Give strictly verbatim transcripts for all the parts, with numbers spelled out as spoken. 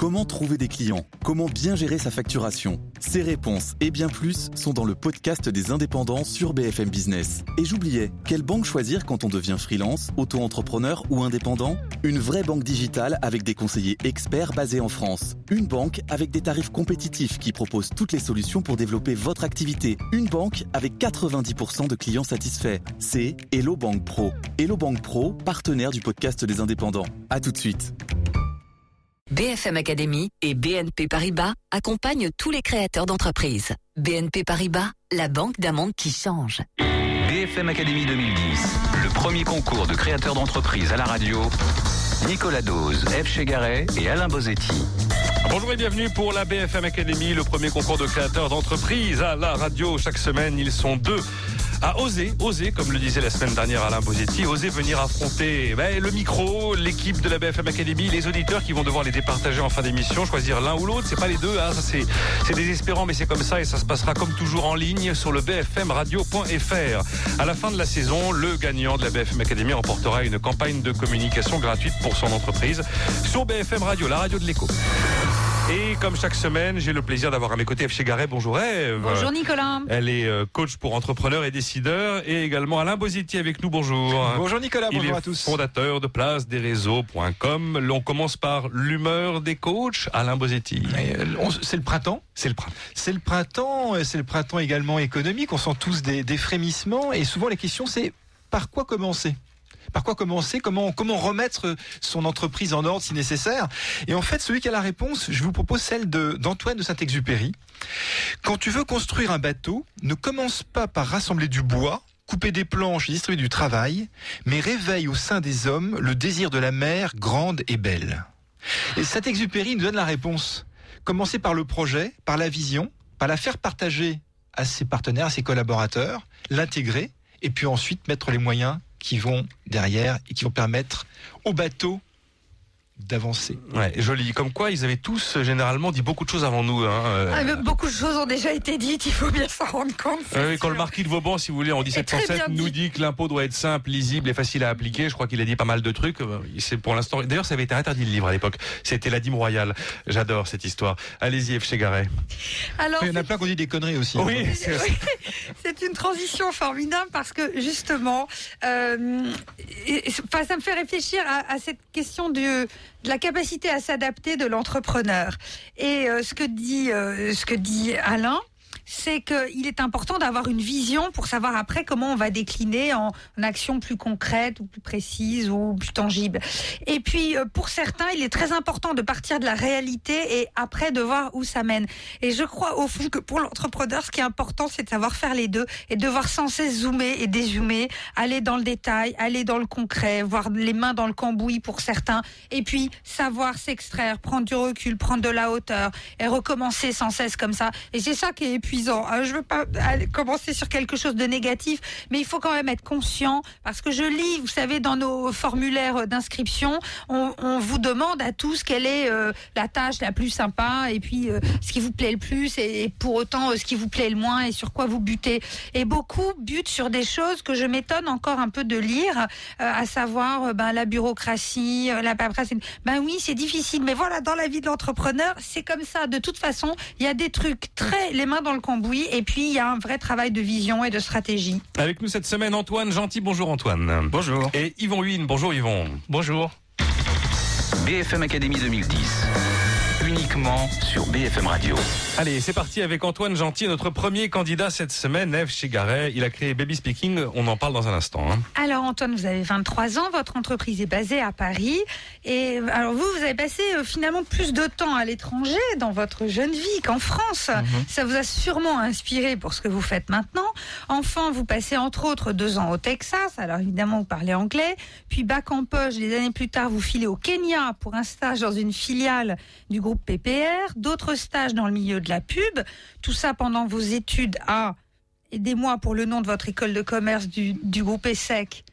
Comment trouver des clients? Comment bien gérer sa facturation? Ces réponses et bien plus sont dans le podcast des indépendants sur B F M Business. Et j'oubliais, quelle banque choisir quand on devient freelance, auto-entrepreneur ou indépendant? Une vraie banque digitale avec des conseillers experts basés en France. Une banque avec des tarifs compétitifs qui propose toutes les solutions pour développer votre activité. Une banque avec quatre-vingt-dix pour cent de clients satisfaits. C'est Hello Bank Pro. Hello Bank Pro, partenaire du podcast des indépendants. À tout de suite. B F M Academy et B N P Paribas accompagnent tous les créateurs d'entreprises. B N P Paribas, la banque d'un monde qui change. B F M Academy deux mille dix, le premier concours de créateurs d'entreprises à la radio. Nicolas Dose, F. Chegaray et Alain Bosetti. Bonjour et bienvenue pour la B F M Academy, le premier concours de créateurs d'entreprises à la radio. Chaque semaine, ils sont deux à oser, oser, comme le disait la semaine dernière Alain Bosetti, oser venir affronter ben, le micro, l'équipe de la B F M Academy, les auditeurs qui vont devoir les départager en fin d'émission, choisir l'un ou l'autre. C'est pas les deux, hein, ça c'est, c'est désespérant, mais c'est comme ça et ça se passera comme toujours en ligne sur le b f m radio point f r. À la fin de la saison, le gagnant de la B F M Academy remportera une campagne de communication gratuite pour son entreprise sur B F M Radio, la radio de l'écho. Et comme chaque semaine, j'ai le plaisir d'avoir à mes côtés F. Chegaray. Bonjour Ève. Bonjour Nicolas. Elle est coach pour entrepreneurs et décideurs. Et également Alain Bosetti avec nous. Bonjour. Bonjour Nicolas, Il bonjour est à tous. Fondateur de place des réseaux point com. On commence par l'humeur des coachs. Alain Bosetti. C'est le printemps. C'est le printemps. C'est le printemps, c'est le printemps également économique. On sent tous des, des frémissements. Et souvent, la question, c'est par quoi commencer ? Par quoi commencer? Comment, comment remettre son entreprise en ordre si nécessaire? Et en fait, celui qui a la réponse, je vous propose celle de, d'Antoine de Saint-Exupéry. Quand tu veux construire un bateau, ne commence pas par rassembler du bois, couper des planches et distribuer du travail, mais réveille au sein des hommes le désir de la mer grande et belle. Et Saint-Exupéry nous donne la réponse. Commencer par le projet, par la vision, par la faire partager à ses partenaires, à ses collaborateurs, l'intégrer, et puis ensuite mettre les moyens qui vont derrière et qui vont permettre au bateau d'avancer. Ouais, joli. Comme quoi, ils avaient tous euh, généralement dit beaucoup de choses avant nous. Hein, euh... ah, mais beaucoup de choses ont déjà été dites, il faut bien s'en rendre compte. Euh, quand le marquis de Vauban, si vous voulez, en dix-sept cent sept, nous dit que l'impôt doit être simple, lisible et facile à appliquer. Je crois qu'il a dit pas mal de trucs. C'est pour l'instant. D'ailleurs, ça avait été interdit le livre à l'époque. C'était la dîme royale. J'adore cette histoire. Allez-y, F. Chegaray. Alors, il y en a plein qui ont dit des conneries aussi. Oui, hein. c'est... oui, c'est une transition formidable parce que justement, euh, enfin, ça me fait réfléchir à, à cette question du, de la capacité à s'adapter de l'entrepreneur. Et euh, ce que dit, euh, ce que dit Alain, c'est qu'il est important d'avoir une vision pour savoir après comment on va décliner en, en actions plus concrètes ou plus précises ou plus tangibles. Et puis, pour certains, il est très important de partir de la réalité et après de voir où ça mène. Et je crois au fond que pour l'entrepreneur, ce qui est important, c'est de savoir faire les deux et de devoir sans cesse zoomer et dézoomer, aller dans le détail, aller dans le concret, voir les mains dans le cambouis pour certains, et puis savoir s'extraire, prendre du recul, prendre de la hauteur et recommencer sans cesse comme ça. Et c'est ça qui est épuisant. Je ne veux pas commencer sur quelque chose de négatif, mais il faut quand même être conscient, parce que je lis, vous savez, dans nos formulaires d'inscription, on, on vous demande à tous quelle est euh, la tâche la plus sympa, et puis euh, ce qui vous plaît le plus, et, et pour autant euh, ce qui vous plaît le moins, et sur quoi vous butez. Et beaucoup butent sur des choses que je m'étonne encore un peu de lire, euh, à savoir euh, ben, la bureaucratie, euh, la paperasse. Ben oui, c'est difficile, mais voilà, dans la vie de l'entrepreneur, c'est comme ça. De toute façon, il y a des trucs très les mains dans le cambouis, et puis il y a un vrai travail de vision et de stratégie. Avec nous cette semaine, Antoine Gentil. Bonjour Antoine. Bonjour. Et Yvon Huynh. Bonjour Yvon. Bonjour. B F M Academy deux mille dix. Uniquement sur B F M Radio. Allez, c'est parti avec Antoine Gentil, notre premier candidat cette semaine, F. Chegaray. Il a créé Baby Speaking, on en parle dans un instant. Hein. Alors Antoine, vous avez vingt-trois ans, votre entreprise est basée à Paris. Et alors vous, vous avez passé euh, finalement plus de temps à l'étranger dans votre jeune vie qu'en France. Mm-hmm. Ça vous a sûrement inspiré pour ce que vous faites maintenant. Enfant, vous passez entre autres deux ans au Texas, alors évidemment vous parlez anglais. Puis bac en poche, des années plus tard, vous filez au Kenya pour un stage dans une filiale du groupe P P R, d'autres stages dans le milieu de la pub, tout ça pendant vos études à, aidez-moi pour le nom de votre école de commerce du, du groupe ESSEC.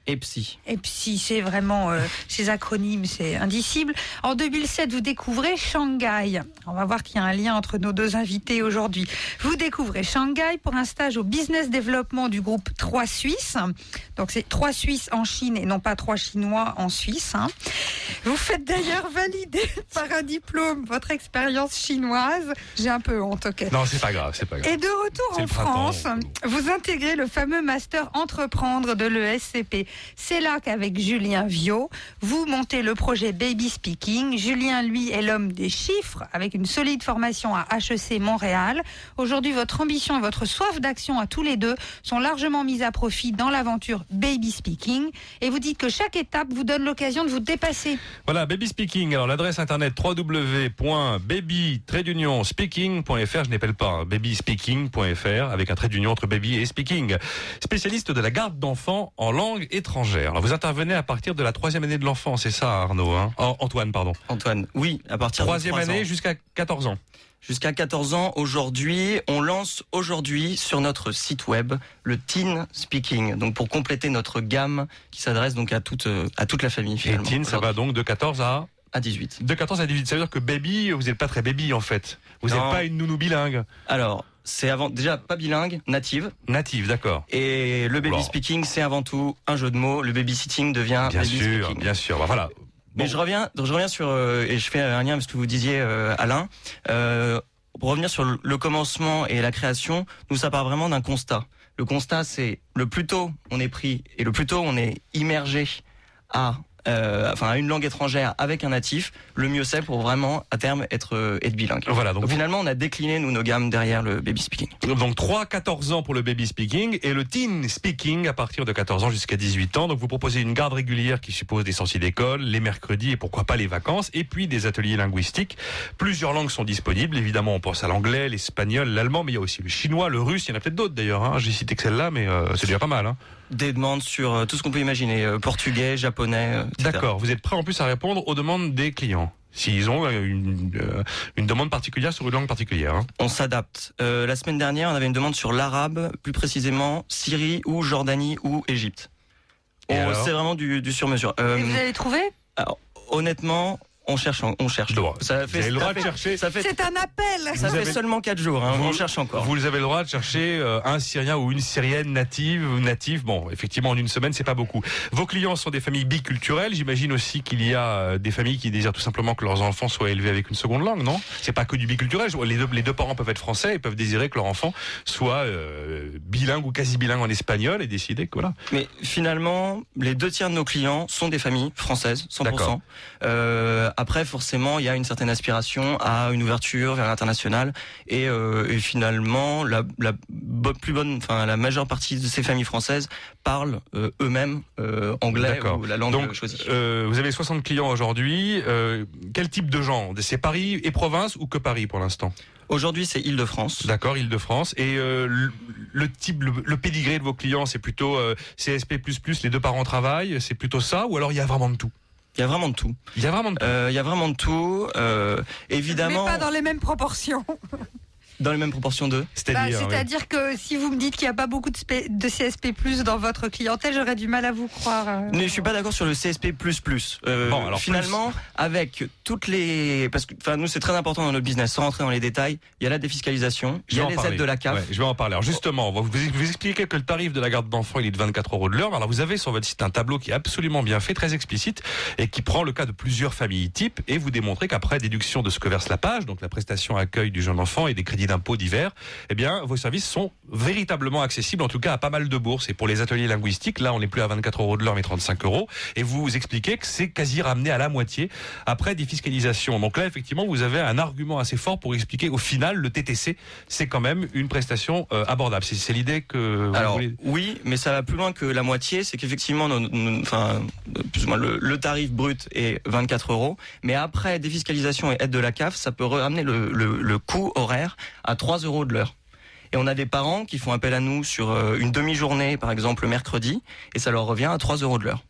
Et psy. Et psy, c'est vraiment, euh, ces acronymes, c'est indicible. En deux mille sept, vous découvrez Shanghai. On va voir qu'il y a un lien entre nos deux invités aujourd'hui. Vous découvrez Shanghai pour un stage au business développement du groupe trois Suisses. Donc c'est trois Suisses en Chine et non pas trois Chinois en Suisse. Hein. Vous faites d'ailleurs valider par un diplôme votre expérience chinoise. J'ai un peu honte, ok. Non, c'est pas grave, c'est pas grave. Et de retour en France, vous intégrez le fameux master entreprendre de l'E S C P. C'est là qu'avec Julien Viau, vous montez le projet Baby Speaking. Julien, lui, est l'homme des chiffres, avec une solide formation à H E C Montréal. Aujourd'hui, votre ambition et votre soif d'action à tous les deux sont largement mises à profit dans l'aventure Baby Speaking. Et vous dites que chaque étape vous donne l'occasion de vous dépasser. Voilà, Baby Speaking. Alors, l'adresse internet w w w point baby tiret speaking point f r. Je n'appelle pas, hein, baby speaking point f r, avec un trait d'union entre baby et speaking. Spécialiste de la garde d'enfants en langue étrangère. Alors vous intervenez à partir de la troisième année de l'enfant, c'est ça Arnaud, hein oh, Antoine, pardon. Antoine, oui, à partir de troisième année jusqu'à quatorze ans. Jusqu'à quatorze ans, aujourd'hui, on lance aujourd'hui sur notre site web le Teen Speaking, donc pour compléter notre gamme qui s'adresse donc à toute, à toute la famille finalement. Et Teen, ça va donc de quatorze à à dix-huit. De quatorze à dix-huit, ça veut dire que baby, vous n'êtes pas très baby en fait. Vous n'êtes pas une nounou bilingue. Alors, c'est avant déjà pas bilingue, native. Native, d'accord. Et le baby wow. speaking, c'est avant tout un jeu de mots. Le babysitting devient bien baby sûr, speaking. Bien sûr, bah, voilà. Bon. Mais je reviens, je reviens sur euh, et je fais un lien avec ce que vous disiez, euh, Alain. Euh, pour revenir sur le, le commencement et la création, nous ça part vraiment d'un constat. Le constat, c'est le plus tôt on est pris et le plus tôt on est immergé à Euh, enfin, à une langue étrangère avec un natif, le mieux c'est pour vraiment à terme être, euh, être bilingue. Voilà, donc, donc vous... finalement on a décliné nous nos gammes derrière le baby speaking. Donc trois à quatorze ans pour le baby speaking et le teen speaking à partir de quatorze ans jusqu'à dix-huit ans. Donc vous proposez une garde régulière qui suppose des sorties d'école, les mercredis et pourquoi pas les vacances, et puis des ateliers linguistiques. Plusieurs langues sont disponibles, évidemment on pense à l'anglais, l'espagnol, l'allemand, mais il y a aussi le chinois, le russe, il y en a peut-être d'autres d'ailleurs, hein. J'ai cité que celle-là, mais euh, c'est déjà pas mal. Hein. Des demandes sur euh, tout ce qu'on peut imaginer, euh, portugais, japonais, euh, et cetera. D'accord, vous êtes prêt en plus à répondre aux demandes des clients s'ils ont une, euh, une demande particulière sur une langue particulière. Hein. On s'adapte. Euh, la semaine dernière, on avait une demande sur l'arabe, plus précisément Syrie ou Jordanie ou Égypte. On, c'est vraiment du, du sur-mesure. Euh, Et vous avez trouvé ? Alors, honnêtement... On cherche, on cherche. Ça fait, vous avez le droit de chercher. Ça fait, c'est un appel. Ça fait avez, seulement quatre jours. Hein, vous, on cherche encore. Vous avez le droit de chercher euh, un Syrien ou une Syrienne native ou native. Bon, effectivement, en une semaine, c'est pas beaucoup. Vos clients sont des familles biculturelles. J'imagine aussi qu'il y a euh, des familles qui désirent tout simplement que leurs enfants soient élevés avec une seconde langue, non ? C'est pas que du biculturel. Les deux, les deux parents peuvent être français et peuvent désirer que leur enfant soit euh, bilingue ou quasi bilingue en espagnol et décider que voilà. Mais finalement, les deux tiers de nos clients sont des familles françaises, cent pour cent. Euh, après, forcément, il y a une certaine aspiration à une ouverture vers l'international et, euh, et finalement la, la plus bonne, enfin la majeure partie de ces familles françaises parlent euh, eux-mêmes euh, anglais D'accord. ou la langue Donc, choisie. Euh, vous avez soixante clients aujourd'hui. Euh, quel type de gens ? C'est Paris et province ou que Paris pour l'instant ? Aujourd'hui, c'est Île-de-France. D'accord, Île-de-France. Et euh, le, le type, le, le pédigré de vos clients, c'est plutôt euh, C S P plus plus, les deux parents travaillent, c'est plutôt ça, ou alors il y a vraiment de tout ? Il y a vraiment de tout. Il y a vraiment de tout. Euh, il y a vraiment de tout. Euh, évidemment. Mais pas dans les mêmes proportions. Dans les mêmes proportions de C'est-à-dire, bah, c'est-à-dire oui. que si vous me dites qu'il n'y a pas beaucoup de, spé- de C S P plus dans votre clientèle, j'aurais du mal à vous croire. Euh... Mais je suis pas d'accord sur le C S P plus plus. Euh, bon, alors finalement, plus... avec toutes les, parce que, enfin, nous c'est très important dans notre business. Sans rentrer dans les détails, il y a la défiscalisation, il y a les parler. aides de la C A F. Ouais, je vais en parler. Alors justement, vous, vous, vous expliquez que le tarif de la garde d'enfants il est de vingt-quatre euros de l'heure. Alors vous avez sur votre site un tableau qui est absolument bien fait, très explicite, et qui prend le cas de plusieurs familles types, et vous démontrez qu'après déduction de ce que verse la page, donc la prestation accueil du jeune enfant et des crédits d'impôt divers, eh bien, vos services sont véritablement accessibles, en tout cas à pas mal de bourses. Et pour les ateliers linguistiques, là, on n'est plus à vingt-quatre euros de l'heure, mais trente-cinq euros. Et vous expliquez que c'est quasi ramené à la moitié après défiscalisation. Donc là, effectivement, vous avez un argument assez fort pour expliquer, au final, le T T C, c'est quand même une prestation euh, abordable. C'est, c'est l'idée que vous Alors, voulez... oui, mais ça va plus loin que la moitié. C'est qu'effectivement, nos, nos, enfin, plus ou moins, le, le tarif brut est vingt-quatre euros. Mais après défiscalisation et aide de la C A F, ça peut ramener le, le, le coût horaire à trois euros de l'heure. Et on a des parents qui font appel à nous sur une demi-journée, par exemple le mercredi, et ça leur revient à trois euros de l'heure.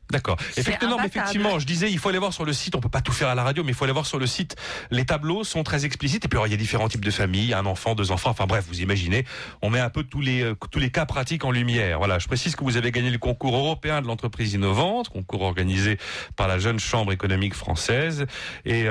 D'accord. Effectivement, mais effectivement, je disais, il faut aller voir sur le site, on peut pas tout faire à la radio, mais il faut aller voir sur le site. Les tableaux sont très explicites. Et puis, alors, il y a différents types de familles, un enfant, deux enfants. Enfin bref, vous imaginez, on met un peu tous les, euh, tous les cas pratiques en lumière. Voilà. Je précise que vous avez gagné le concours européen de l'entreprise innovante, concours organisé par la Jeune Chambre économique française. Et,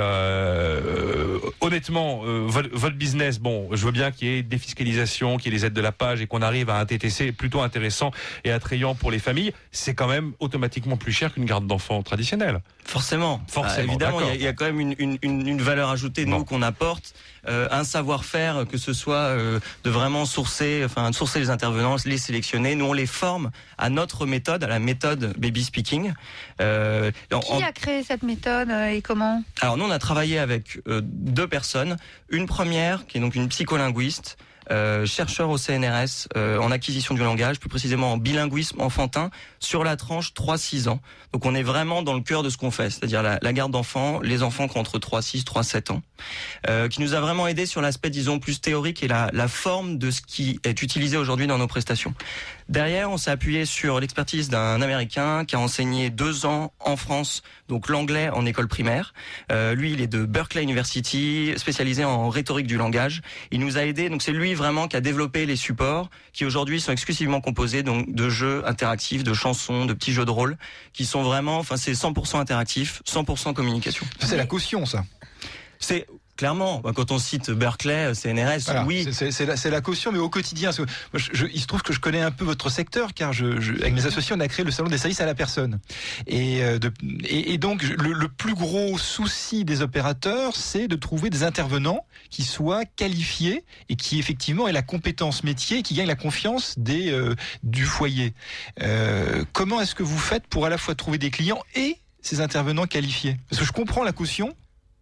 euh, honnêtement, euh, votre, votre business, bon, je veux bien qu'il y ait défiscalisation, qu'il y ait les aides de la page et qu'on arrive à un T T C plutôt intéressant et attrayant pour les familles. C'est quand même automatiquement plus cher qu'une garde d'enfants traditionnelle. Forcément. Forcément. Ah, évidemment, il y, y a quand même une, une, une valeur ajoutée, bon. nous, qu'on apporte, euh, un savoir-faire, que ce soit euh, de vraiment sourcer, enfin, de sourcer les intervenants, les sélectionner. Nous, on les forme à notre méthode, à la méthode Baby Speaking. Euh, Qui en... a créé cette méthode euh, et comment? Alors, nous, on a travaillé avec euh, deux personnes. Une première, qui est donc une psycholinguiste, Euh, chercheur au C N R S euh, en acquisition du langage, plus précisément en bilinguisme enfantin, sur la tranche trois six ans. Donc on est vraiment dans le cœur de ce qu'on fait, c'est-à-dire la, la garde d'enfants, les enfants qui ont entre trois six, trois sept ans, euh, qui nous a vraiment aidé sur l'aspect, disons, plus théorique et la, la forme de ce qui est utilisé aujourd'hui dans nos prestations. Derrière, on s'est appuyé sur l'expertise d'un Américain qui a enseigné deux ans en France, donc l'anglais en école primaire. Euh, lui, il est de Berkeley University, spécialisé en rhétorique du langage. Il nous a aidé, donc c'est lui vraiment qui a développé les supports qui aujourd'hui sont exclusivement composés donc de jeux interactifs, de chansons, de petits jeux de rôle qui sont vraiment, enfin c'est cent pour cent interactif, cent pour cent communication. C'est la caution, ça. C'est clairement, quand on cite Berkeley, C N R S, voilà, oui. C'est, c'est, la, c'est la caution, mais au quotidien. Moi, je, je, il se trouve que je connais un peu votre secteur, car je, je, avec mes associés, on a créé le salon des services à la personne. Et, euh, de, et, et donc, le, le plus gros souci des opérateurs, c'est de trouver des intervenants qui soient qualifiés et qui, effectivement, aient la compétence métier et qui gagnent la confiance des, euh, du foyer. Euh, comment est-ce que vous faites pour à la fois trouver des clients et ces intervenants qualifiés? Parce que je comprends la caution,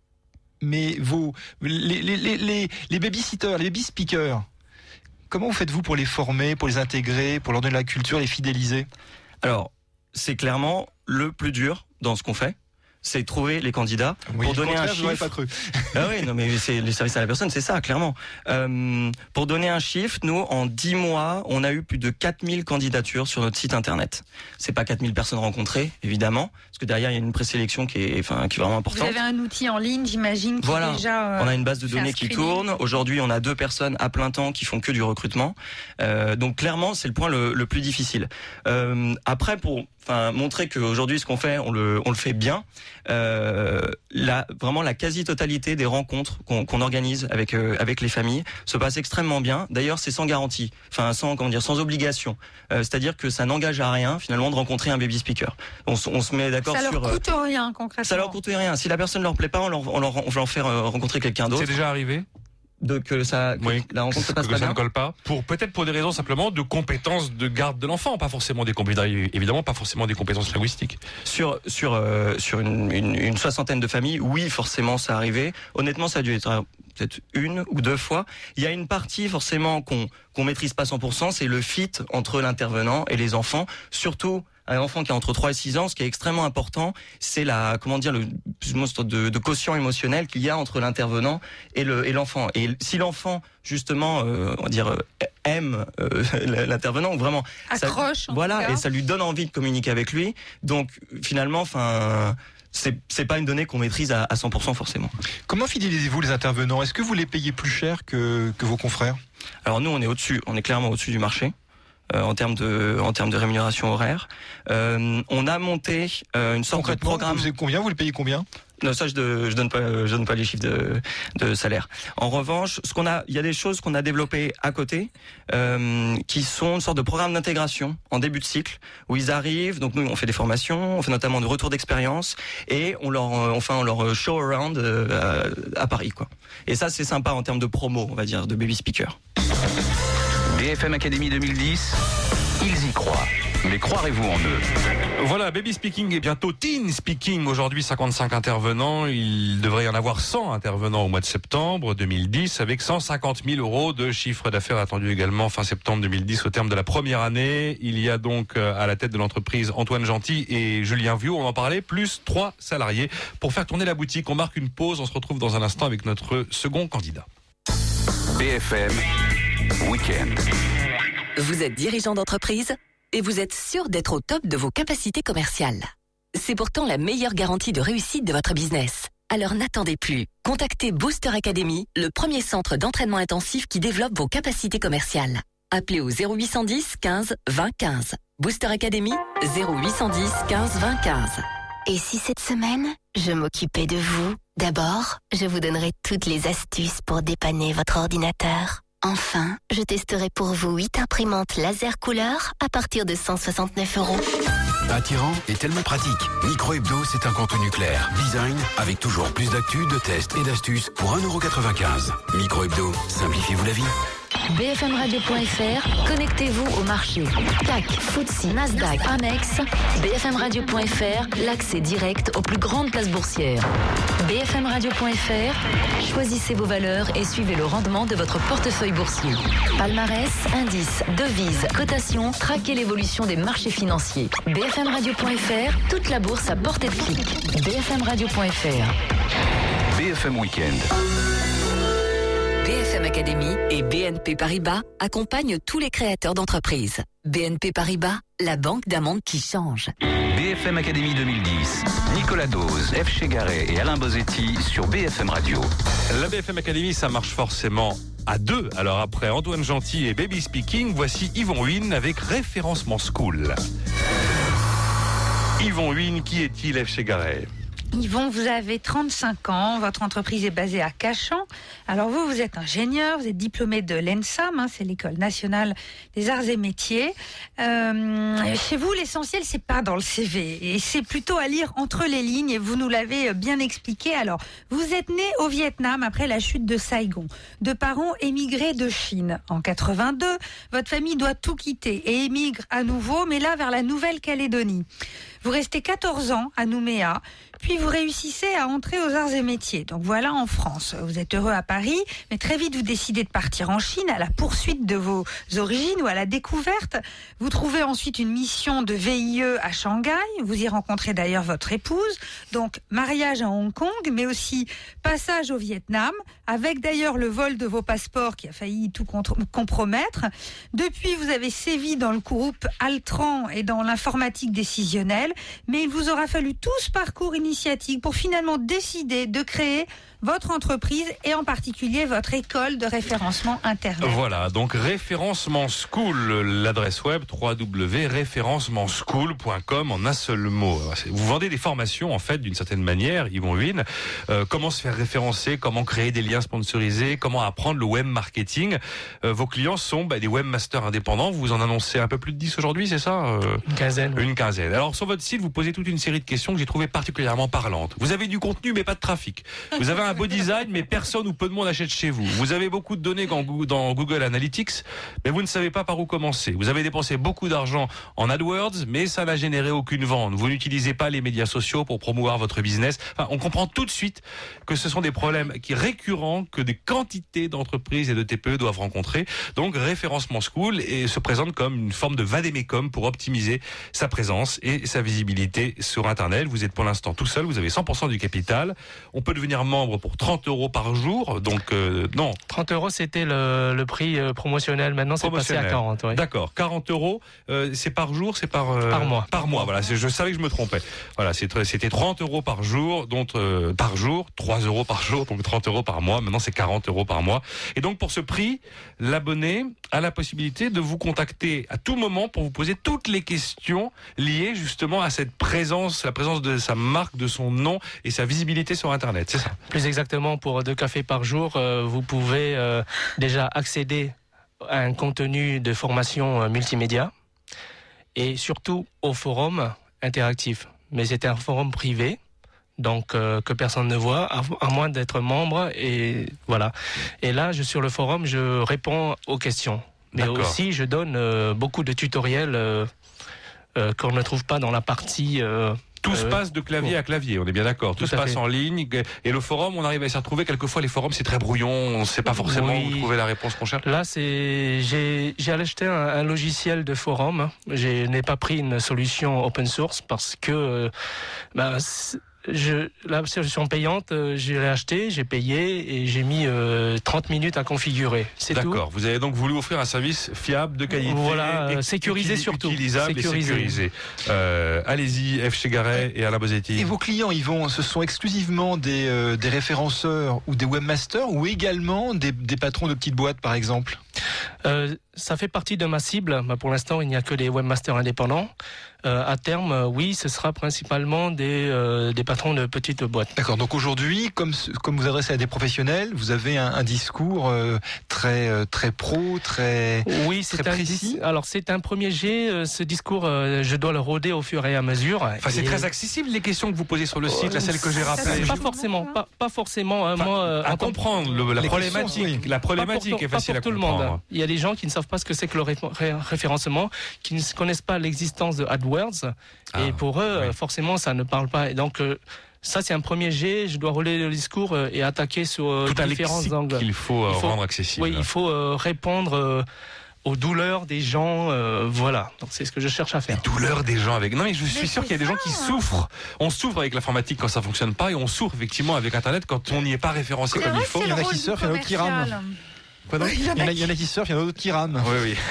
mais vos, les, les, les, les, les babysitters, les baby speakers, comment vous faites-vous pour les former, pour les intégrer, pour leur donner la culture, les fidéliser? Alors, c'est clairement le plus dur dans ce qu'on fait. C'est trouver les candidats oui, pour donner un chiffre. Je n'aurais pas cru. Ah oui, non mais c'est les services à la personne, c'est ça, clairement. Euh, pour donner un chiffre, nous en dix mois, on a eu plus de quatre mille candidatures sur notre site internet. C'est pas quatre mille personnes rencontrées, évidemment, parce que derrière il y a une présélection qui est, enfin, qui est vraiment importante. Vous avez un outil en ligne, j'imagine, qui voilà. déjà. Euh, on a une base de données qui tourne. Aujourd'hui, on a deux personnes à plein temps qui font que du recrutement. Euh, donc clairement, c'est le point le, le plus difficile. Euh, après, pour Enfin, montrer qu'aujourd'hui ce qu'on fait, on le, on le fait bien. Euh, la, vraiment la quasi-totalité des rencontres qu'on, qu'on organise avec euh, avec les familles se passe extrêmement bien. D'ailleurs, c'est sans garantie, enfin sans comment dire, sans obligation. Euh, c'est-à-dire que ça n'engage à rien finalement de rencontrer un baby speaker. On, on se met d'accord sur. Ça leur sur, coûte rien concrètement. Ça leur coûte rien. Si la personne leur plaît pas, on leur on leur, on leur fait rencontrer quelqu'un d'autre. C'est déjà arrivé? De que ça, que oui, la rencontre se passe que pas ça bien. ne colle pas. Pour peut-être pour des raisons simplement de compétences de garde de l'enfant, pas forcément des compétences, évidemment pas forcément des compétences linguistiques. Sur sur euh, sur une, une, une soixantaine de familles, oui, forcément, ça arrivé. Honnêtement, ça a dû être peut-être une ou deux fois. Il y a une partie forcément qu'on qu'on maîtrise pas cent pour cent, c'est le fit entre l'intervenant et les enfants, surtout. Un enfant qui a entre trois et six ans, ce qui est extrêmement important, c'est la, comment dire, le de, de quotient émotionnel qu'il y a entre l'intervenant et le et l'enfant. Et si l'enfant justement, euh, on va dire, aime euh, l'intervenant, ou vraiment accroche, ça, voilà, et ça lui donne envie de communiquer avec lui. Donc finalement, enfin. C'est, c'est pas une donnée qu'on maîtrise à, à cent pour cent forcément. Comment fidélisez-vous les intervenants? Est-ce que vous les payez plus cher que, que vos confrères? Alors nous, on est au-dessus, on est clairement au-dessus du marché. Euh, en termes de en termes de rémunération horaire, euh, on a monté euh, une sorte de programme. Vous combien? Vous le payez combien? Non, ça je, de, je donne pas je donne pas les chiffres de, de salaire. En revanche, ce qu'on a, il y a des choses qu'on a développées à côté, euh, qui sont une sorte de programme d'intégration en début de cycle où ils arrivent. Donc nous on fait des formations, on fait notamment de retours d'expérience et on leur enfin on leur show around euh, à, à Paris quoi. Et ça c'est sympa en termes de promo, on va dire, de baby speaker. B F M Academy deux mille dix, ils y croient. Mais croirez-vous en eux? Voilà, Baby Speaking et bientôt Teen Speaking. Aujourd'hui, cinquante-cinq intervenants. Il devrait y en avoir cent intervenants au mois de septembre deux mille dix, avec cent cinquante mille euros de chiffre d'affaires attendu également fin septembre deux mille dix au terme de la première année. Il y a donc à la tête de l'entreprise Antoine Gentil et Julien Viau, on en parlait, plus trois salariés pour faire tourner la boutique. On marque une pause, on se retrouve dans un instant avec notre second candidat. B F M Week-end. Vous êtes dirigeant d'entreprise et vous êtes sûr d'être au top de vos capacités commerciales. C'est pourtant la meilleure garantie de réussite de votre business. Alors n'attendez plus. Contactez Booster Academy, le premier centre d'entraînement intensif qui développe vos capacités commerciales. Appelez au zéro huit cent dix quinze vingt quinze. Booster Academy, zéro huit cent dix quinze vingt quinze. Et si cette semaine, je m'occupais de vous? D'abord, je vous donnerai toutes les astuces pour dépanner votre ordinateur. Enfin, je testerai pour vous huit imprimantes laser couleur à partir de cent soixante-neuf euros. Attirant et tellement pratique. Micro Hebdo, c'est un contenu clair. Design, avec toujours plus d'actu, de tests et d'astuces pour un euro quatre-vingt-quinze. Micro Hebdo, simplifiez-vous la vie. B F M radio point F R, connectez-vous au marché. C A C, F T S E, Nasdaq, Amex, B F M radio point F R, l'accès direct aux plus grandes places boursières. B F M radio point F R, choisissez vos valeurs et suivez le rendement de votre portefeuille boursier. Palmarès, indices, devises, cotations, traquez l'évolution des marchés financiers. B F M radio point F R, toute la bourse à portée de clic. B F M radio point F R. B F M Weekend. B F M Academy et B N P Paribas accompagnent tous les créateurs d'entreprises. B N P Paribas, la banque d'un monde qui change. B F M Academy deux mille dix. Nicolas Dose, F. Chegaray et Alain Bosetti sur B F M Radio. La B F M Academy, ça marche forcément à deux. Alors après Antoine Gentil et Baby Speaking, voici Yvon Huynh avec Référencement School. Yvon Huynh, qui est-il, F. Chegaray? Yvon, vous avez trente-cinq ans, votre entreprise est basée à Cachan. Alors vous, vous êtes ingénieur, vous êtes diplômé de l'E N S A M, hein, c'est l'École nationale des arts et métiers. Euh, chez vous, l'essentiel, c'est pas dans le C V, et c'est plutôt à lire entre les lignes, et vous nous l'avez bien expliqué. Alors, vous êtes né au Vietnam après la chute de Saigon, de parents émigrés de Chine. En quatre-vingt-deux, votre famille doit tout quitter et émigre à nouveau, mais là vers la Nouvelle-Calédonie. Vous restez quatorze ans à Nouméa, puis vous réussissez à entrer aux arts et métiers. Donc voilà en France. Vous êtes heureux à Paris, mais très vite vous décidez de partir en Chine à la poursuite de vos origines ou à la découverte. Vous trouvez ensuite une mission de V I E à Shanghai. Vous y rencontrez d'ailleurs votre épouse. Donc mariage à Hong Kong, mais aussi passage au Vietnam, avec d'ailleurs le vol de vos passeports qui a failli tout contre- compromettre. Depuis, vous avez sévi dans le groupe Altran et dans l'informatique décisionnelle, mais il vous aura fallu tout ce parcours initiatique pour finalement décider de créer votre entreprise et en particulier votre école de référencement Internet. Voilà, donc Référencement School, l'adresse web w w w point référencement school point com en un seul mot. Vous vendez des formations en fait d'une certaine manière, Yvon Huynh, euh, comment se faire référencer, comment créer des liens sponsorisés, comment apprendre le web marketing. Euh, vos clients sont bah, des webmasters indépendants, vous en annoncez un peu plus de dix aujourd'hui, c'est ça euh, Une quinzaine. Une quinzaine. Alors sur votre site, vous posez toute une série de questions que j'ai trouvées particulièrement parlantes. Vous avez du contenu mais pas de trafic. Vous avez un beau design, mais personne ou peu de monde achète chez vous. Vous avez beaucoup de données dans Google Analytics, mais vous ne savez pas par où commencer. Vous avez dépensé beaucoup d'argent en AdWords, mais ça n'a généré aucune vente. Vous n'utilisez pas les médias sociaux pour promouvoir votre business. Enfin, on comprend tout de suite que ce sont des problèmes qui récurrents que des quantités d'entreprises et de T P E doivent rencontrer. Donc, Référencement School et se présente comme une forme de vadémécum pour optimiser sa présence et sa visibilité sur Internet. Vous êtes pour l'instant tout seul, vous avez cent pour cent du capital. On peut devenir membre pour trente euros par jour, donc euh, non. trente euros, c'était le, le prix euh, promotionnel. Maintenant, c'est passé à quarante. Oui. D'accord, quarante euros, euh, c'est par jour, c'est par euh, par mois. Par mois, voilà. Je savais que je me trompais. Voilà, c'était trente euros par jour, donc euh, par jour, trois euros par jour, donc trente euros par mois. Maintenant, c'est quarante euros par mois. Et donc, pour ce prix, l'abonné a la possibilité de vous contacter à tout moment pour vous poser toutes les questions liées justement à cette présence, la présence de sa marque, de son nom et sa visibilité sur Internet. C'est ça. Plus exactement, pour deux cafés par jour, euh, vous pouvez euh, déjà accéder à un contenu de formation euh, multimédia et surtout au forum interactif. Mais c'est un forum privé, donc euh, que personne ne voit, à, à moins d'être membre. Et voilà. Et là, je, sur le forum, je réponds aux questions. Mais D'accord. aussi, je donne euh, beaucoup de tutoriels euh, euh, qu'on ne trouve pas dans la partie... Euh, Tout se Euh, passe de clavier à clavier, on est bien d'accord. Tout, Tout se à passe fait. en ligne. Et le forum, on arrive à s'y retrouver. Quelquefois, les forums, c'est très brouillon. On ne sait pas forcément Oui. où trouver la réponse qu'on cherche. Là, c'est j'ai j'ai acheté un, un logiciel de forum. Je n'ai pas pris une solution open source parce que euh, bah, je, la solution payante, euh, je l'ai achetée, j'ai payé et j'ai mis euh, trente minutes à configurer. C'est tout. D'accord. Vous avez donc voulu offrir un service fiable, de qualité, voilà, et, sécurisé utili- surtout, utilisable sécurisé. et sécurisé. Euh, allez-y, F. Chegaray et Alain Bosetti. Et vos clients, ils vont, ce sont exclusivement des, euh, des référenceurs ou des webmasters ou également des, des patrons de petites boîtes, par exemple? Euh, ça fait partie de ma cible. Bah, pour l'instant, il n'y a que des webmasters indépendants. Euh, à terme, euh, oui, ce sera principalement des, euh, des patrons de petites boîtes. D'accord. Donc aujourd'hui, comme, comme vous adressez à des professionnels, vous avez un, un discours euh, très, euh, très pro, très, oui, c'est très un précis. dis- Alors, c'est un premier jet. euh, Ce discours, euh, je dois le rôder au fur et à mesure. Enfin, c'est Et- très accessible, les questions que vous posez sur le site, là, celles que j'ai rappelées. Pas forcément, pas, pas forcément. hein, Enfin, moi, euh, à en tant- comprendre le- la Les problématique, questions, oui. la Pas pour problématique tout- est pas facile pour à tout le comprendre. monde. Il y a des gens qui ne savent pas ce que c'est que le ré- ré- référencement, qui ne connaissent pas l'existence de AdWords. Ah, et pour eux, oui. euh, forcément, ça ne parle pas. Et donc, euh, ça, c'est un premier jet. Je dois relayer le discours euh, et attaquer sur euh, Tout un différents lexique angles. qu'il faut, euh, Il faut- rendre accessible. Oui, il faut euh, répondre euh, aux douleurs des gens. euh, voilà. Donc, c'est ce que je cherche à faire. Les douleurs des gens avec. Non, mais je suis Mais sûr c'est qu'il y a des gens qui ça. souffrent. On souffre avec l'informatique quand ça fonctionne pas et on souffre effectivement avec Internet quand on n'y est pas référencé C'est comme vrai il que faut. c'est Il y en a le qui rôle du surfent, il y en a d'autres qui rament. commercial. Quoi donc Il y Il y, en en a a, il y en a qui surfent, il y en a d'autres qui rament. Oui, oui.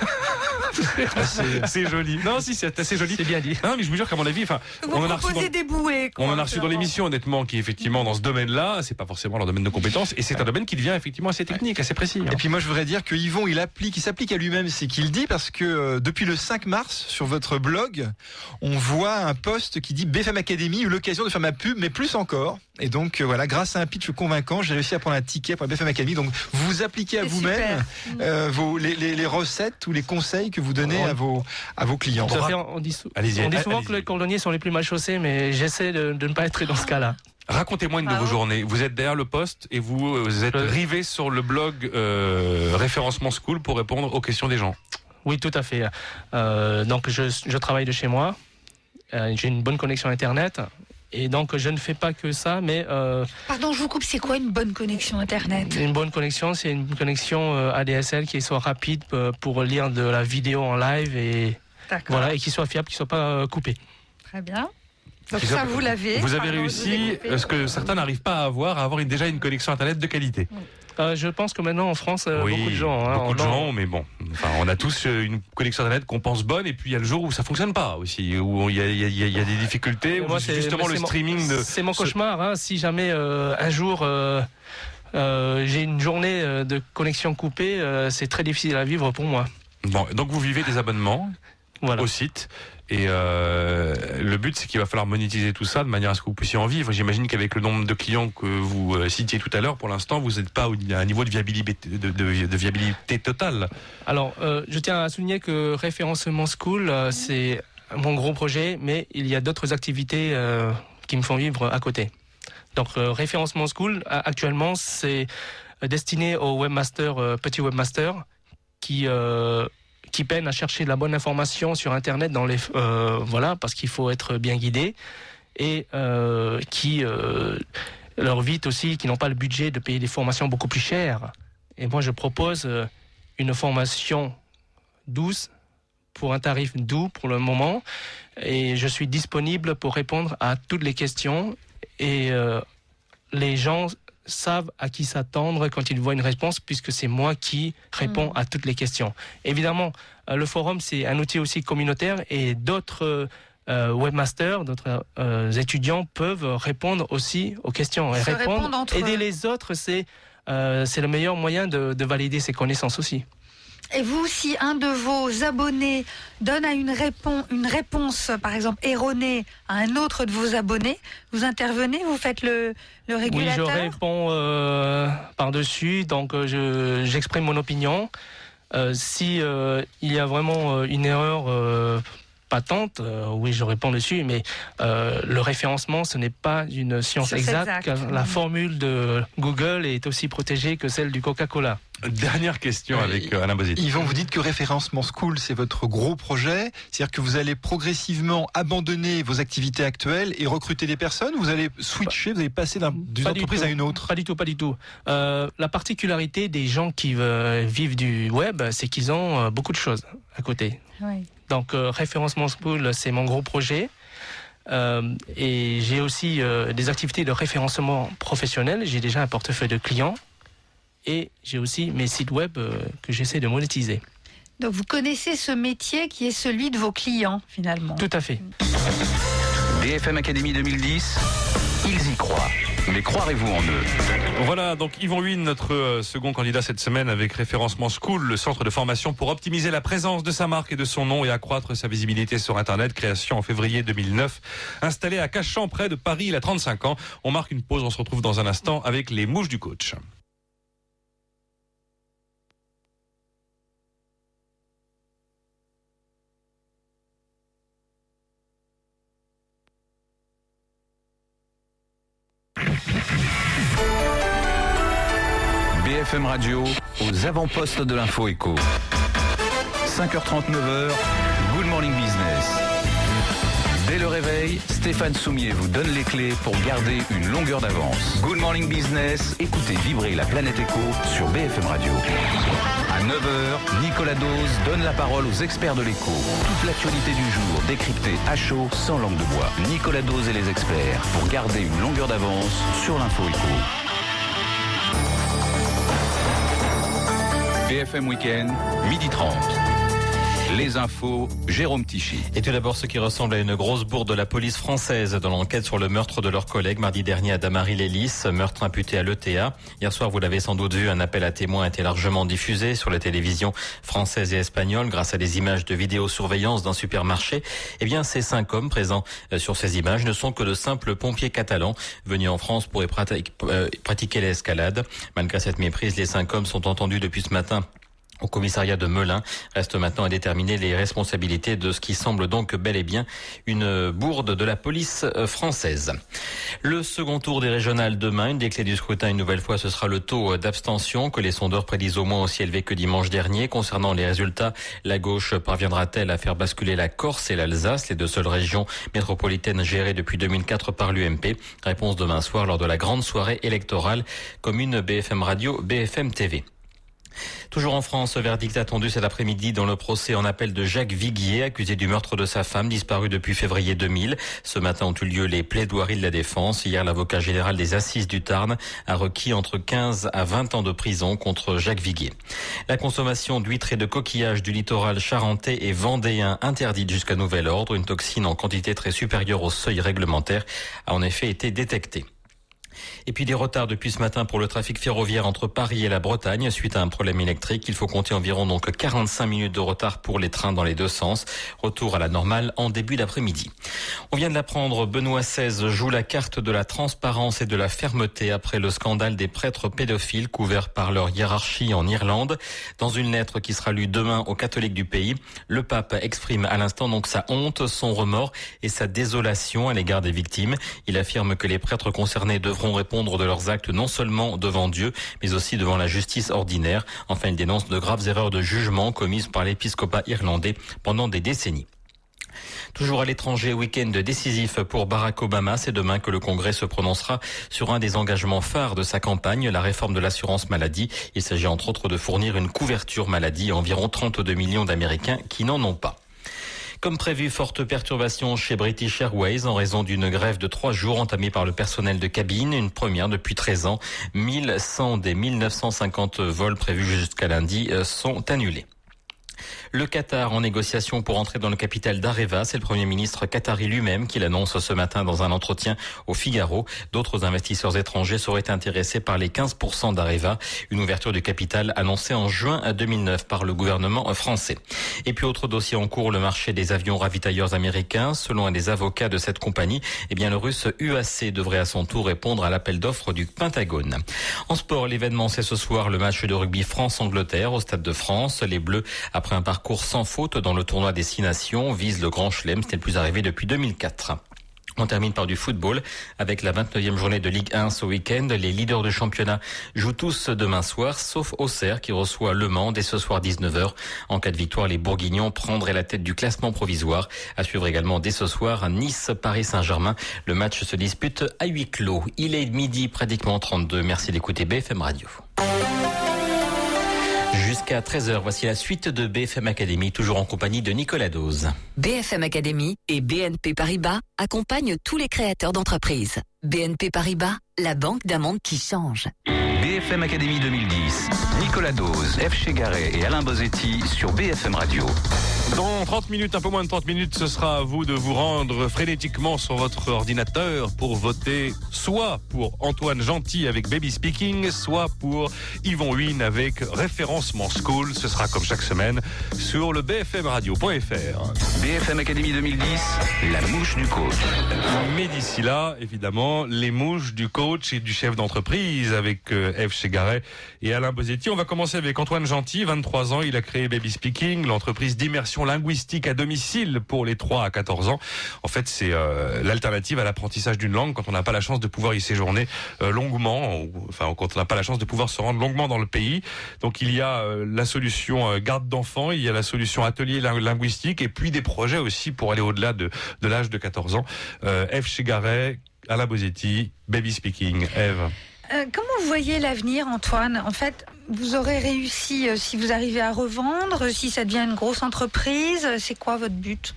C'est- C'est joli. Non, si, c'est assez joli. C'est bien dit. Non, mais je vous jure qu'à mon avis, enfin, Vous on en a reçu dans, proposez des bouées. quoi, on en a reçu dans clairement. l'émission, honnêtement, qui effectivement dans ce domaine-là, c'est pas forcément leur domaine de compétence, et c'est un domaine qui devient effectivement assez technique, assez précis. hein. Et puis moi je voudrais dire que Yvon il applique, il s'applique à lui-même, c'est qu'il dit parce que euh, depuis le cinq mars sur votre blog, on voit un post qui dit B F M Academy, eu l'occasion de faire ma pub, mais plus encore. Et donc euh, voilà, grâce à un pitch convaincant, j'ai réussi à prendre un ticket pour la B F M Academy. Donc vous vous appliquez à C'est vous-même super. euh, vos les, les, les recettes ou les conseils que vous donnez à vos à vos clients. Tout à fait, on dit, sou- Allez-y, on dit souvent allez-y. que les cordonniers sont les plus mal chaussés, mais j'essaie de, de ne pas être dans ce cas-là. Racontez-moi une de Ah vos ouais. journées. Vous êtes derrière le poste et vous, vous êtes Je- rivé sur le blog euh, Référencement School pour répondre aux questions des gens. Oui, tout à fait. Euh, donc, je, je travaille de chez moi. Euh, j'ai une bonne connexion Internet. Et donc, je ne fais pas que ça, mais euh, Pardon, je vous coupe. C'est quoi une bonne connexion Internet? une bonne connexion, c'est une connexion euh, A D S L qui soit rapide euh, pour lire de la vidéo en live et, D'accord. voilà, et qui soit fiable, qui ne soit pas euh, coupée. Très bien. Donc Qui ça, soit- vous l'avez. Vous avez Pardon, je vous ai réussi coupé. euh, ce que certains n'arrivent pas à avoir, à avoir une- déjà une connexion Internet de qualité. Euh, je pense que maintenant, en France, euh, Oui, beaucoup de gens... hein, beaucoup de en- gens, mais bon, enfin, on a tous euh, une connexion Internet qu'on pense bonne, et puis il y a le jour où ça fonctionne pas aussi, où il y a, il y a- il y a des difficultés, où Moi, c'est- justement mais le c'est mon- streaming de... C'est mon ce- cauchemar. Hein, si jamais euh, un jour euh, euh, j'ai une journée euh, de connexion coupée, euh, c'est très difficile à vivre pour moi. Bon, donc vous vivez des abonnements Voilà. au site. Et euh, le but, c'est qu'il va falloir monétiser tout ça de manière à ce que vous puissiez en vivre. J'imagine qu'avec le nombre de clients que vous euh, citiez tout à l'heure, pour l'instant, vous n'êtes pas au- à un niveau de viabilité, de, de- de viabilité totale. Alors, euh, je tiens à souligner que Référencement School, euh, c'est mon gros projet, mais il y a d'autres activités euh, qui me font vivre à côté. Donc, euh, Référencement School, a- actuellement, c'est destiné aux webmasters, euh, petits webmasters, qui euh, qui peinent à chercher de la bonne information sur Internet dans les euh, voilà, parce qu'il faut être bien guidé, et euh, qui euh, leur vite aussi, qui n'ont pas le budget de payer des formations beaucoup plus chères. Et moi, je propose euh, une formation douce pour un tarif doux pour le moment, et je suis disponible pour répondre à toutes les questions, et euh, les gens savent à qui s'attendre quand ils voient une réponse, puisque c'est moi qui réponds Mmh. à toutes les questions. Évidemment, euh, le forum, c'est un outil aussi communautaire, et d'autres euh, euh, webmasters, d'autres euh, étudiants peuvent répondre aussi aux questions. Et Se répondre, répondre entre aider eux. les autres, c'est euh, c'est le meilleur moyen de, de valider ses connaissances aussi. Et vous, si un de vos abonnés donne à une, répon- une réponse, par exemple erronée, à un autre de vos abonnés, vous intervenez, vous faites le, le Oui, je régulateur? réponds euh, par-dessus, donc euh, je, j'exprime mon opinion. Euh, si euh, il y a vraiment euh, une erreur euh, patente, euh, oui, je réponds dessus, mais euh, le référencement, ce n'est pas une science Science exacte, exacte. car la formule de Google est aussi protégée que celle du Coca-Cola. Dernière question avec euh, Alain Bosetti. Yvon, vous dites que Référencement School, c'est votre gros projet. C'est-à-dire que vous allez progressivement abandonner vos activités actuelles et recruter des personnes. Vous allez switcher, vous allez passer d'un- d'une Pas du entreprise tout. à une autre. Pas du tout, pas du tout. Euh, la particularité des gens qui euh, vivent du web, c'est qu'ils ont euh, beaucoup de choses à côté. Oui. Donc, euh, Référencement School, c'est mon gros projet. Euh, et j'ai aussi euh, des activités de référencement professionnel. J'ai déjà un portefeuille de clients et j'ai aussi mes sites web euh, que j'essaie de monétiser. Donc vous connaissez ce métier qui est celui de vos clients finalement. Tout à fait. B F M Academy deux mille dix, ils y croient. Mais croirez-vous en eux? Voilà, donc Yvon Huynh, notre euh, second candidat cette semaine avec Référencement School, le centre de formation pour optimiser la présence de sa marque et de son nom et accroître sa visibilité sur Internet. Création en février deux mille neuf. Installé à Cachan, près de Paris, il a trente-cinq ans. On marque une pause, on se retrouve dans un instant avec les mouches du coach. B F M Radio, aux avant-postes de l'info éco. cinq heures trente, neuf heures, Good Morning Business. Dès le réveil, Stéphane Soumier vous donne les clés pour garder une longueur d'avance. Good Morning Business, écoutez vibrer la planète éco sur B F M Radio. À neuf heures, Nicolas Dose donne la parole aux experts de l'éco. Toute l'actualité du jour décryptée à chaud, sans langue de bois. Nicolas Dose et les experts pour garder une longueur d'avance sur l'info éco. B F M Week-end, midi trente. Les infos, Jérôme Tichy. Et tout d'abord, ce qui ressemble à une grosse bourde de la police française dans l'enquête sur le meurtre de leur collègue mardi dernier à Damary-Lélis, meurtre imputé à l'E T A. Hier soir, vous l'avez sans doute vu, un appel à témoins a été largement diffusé sur les télévisions françaises et espagnoles grâce à des images de vidéosurveillance d'un supermarché. Eh bien, ces cinq hommes présents sur ces images ne sont que de simples pompiers catalans venus en France pour y pratiquer l'escalade. Malgré cette méprise, les cinq hommes sont entendus depuis ce matin au commissariat de Melun. Reste maintenant à déterminer les responsabilités de ce qui semble donc bel et bien une bourde de la police française. Le second tour des régionales demain, une des clés du scrutin une nouvelle fois, ce sera le taux d'abstention que les sondeurs prédisent au moins aussi élevé que dimanche dernier. Concernant les résultats, la gauche parviendra-t-elle à faire basculer la Corse et l'Alsace, les deux seules régions métropolitaines gérées depuis deux mille quatre par l'U M P? Réponse demain soir lors de la grande soirée électorale commune B F M Radio, B F M T V. Toujours en France, verdict attendu cet après-midi dans le procès en appel de Jacques Viguier, accusé du meurtre de sa femme, disparue depuis février deux mille. Ce matin ont eu lieu les plaidoiries de la défense. Hier, l'avocat général des Assises du Tarn a requis entre quinze à vingt ans de prison contre Jacques Viguier. La consommation d'huîtres et de coquillages du littoral charentais et vendéen interdite jusqu'à nouvel ordre. Une toxine en quantité très supérieure au seuil réglementaire a en effet été détectée. Et puis des retards depuis ce matin pour le trafic ferroviaire entre Paris et la Bretagne suite à un problème électrique. Il faut compter environ donc quarante-cinq minutes de retard pour les trains dans les deux sens. Retour à la normale en début d'après-midi. On vient de l'apprendre, Benoît seize joue la carte de la transparence et de la fermeté après le scandale des prêtres pédophiles couverts par leur hiérarchie en Irlande. Dans une lettre qui sera lue demain aux catholiques du pays, le pape exprime à l'instant donc sa honte, son remords et sa désolation à l'égard des victimes. Il affirme que les prêtres concernés devront répondre de leurs actes non seulement devant Dieu, mais aussi devant la justice ordinaire. Enfin, il dénonce de graves erreurs de jugement commises par l'épiscopat irlandais pendant des décennies. Toujours à l'étranger, week-end décisif pour Barack Obama. C'est demain que le Congrès se prononcera sur un des engagements phares de sa campagne, la réforme de l'assurance maladie. Il s'agit entre autres de fournir une couverture maladie à environ trente-deux millions d'Américains qui n'en ont pas. Comme prévu, forte perturbation chez British Airways en raison d'une grève de trois jours entamée par le personnel de cabine, une première depuis treize ans. mille cent des mille neuf cent cinquante vols prévus jusqu'à lundi sont annulés. Le Qatar en négociation pour entrer dans le capital d'Areva. C'est le Premier ministre qatari lui-même qui l'annonce ce matin dans un entretien au Figaro. D'autres investisseurs étrangers seraient intéressés par les quinze pour cent d'Areva. Une ouverture du capital annoncée en juin deux mille neuf par le gouvernement français. Et puis autre dossier en cours, le marché des avions ravitailleurs américains. Selon un des avocats de cette compagnie, eh bien le russe U A C devrait à son tour répondre à l'appel d'offres du Pentagone. En sport, l'événement c'est ce soir le match de rugby France-Angleterre au Stade de France. Les Bleus, après un parcours sans faute dans le tournoi des Six Nations, visent le Grand Chelem, c'était le plus arrivé depuis deux mille quatre. On termine par du football avec la vingt-neuvième journée de Ligue un ce week-end. Les leaders du championnat jouent tous demain soir, sauf Auxerre qui reçoit Le Mans dès ce soir dix-neuf heures. En cas de victoire, les Bourguignons prendraient la tête du classement provisoire. À suivre également dès ce soir Nice-Paris-Saint-Germain. Le match se dispute à huis clos. Il est midi pratiquement trente-deux. Merci d'écouter B F M Radio. Juste jusqu'à treize heures. Voici la suite de B F M Academy, toujours en compagnie de Nicolas Dose. B F M Academy et B N P Paribas accompagnent tous les créateurs d'entreprises. B N P Paribas, la banque d'un monde qui change. B F M Academy deux mille dix, Nicolas Dose, F. Chegaray et Alain Bosetti sur B F M Radio. Dans trente minutes, un peu moins de trente minutes, ce sera à vous de vous rendre frénétiquement sur votre ordinateur pour voter soit pour Antoine Gentil avec Baby Speaking, soit pour Yvon Huynh avec Référencement School. Ce sera comme chaque semaine sur le b f m radio point f r. B F M Academy deux mille dix, la mouche du coach. Mais d'ici là, évidemment, les mouches du coach et du chef d'entreprise avec euh, F. Chegaray et Alain Bosetti. On va commencer avec Antoine Gentil, vingt-trois ans. Il a créé Baby Speaking, l'entreprise d'immersion linguistique à domicile pour les trois à quatorze ans. En fait, c'est euh, l'alternative à l'apprentissage d'une langue quand on n'a pas la chance de pouvoir y séjourner euh, longuement, ou, enfin quand on n'a pas la chance de pouvoir se rendre longuement dans le pays. Donc il y a euh, la solution euh, garde d'enfants, il y a la solution atelier linguistique et puis des projets aussi pour aller au-delà de, de l'âge de quatorze ans. Euh, F. Chegaray, Alain Bosetti, Baby Speaking. Eve. Euh, comment vous voyez l'avenir, Antoine? En fait, vous aurez réussi euh, si vous arrivez à revendre, si ça devient une grosse entreprise. C'est quoi votre but?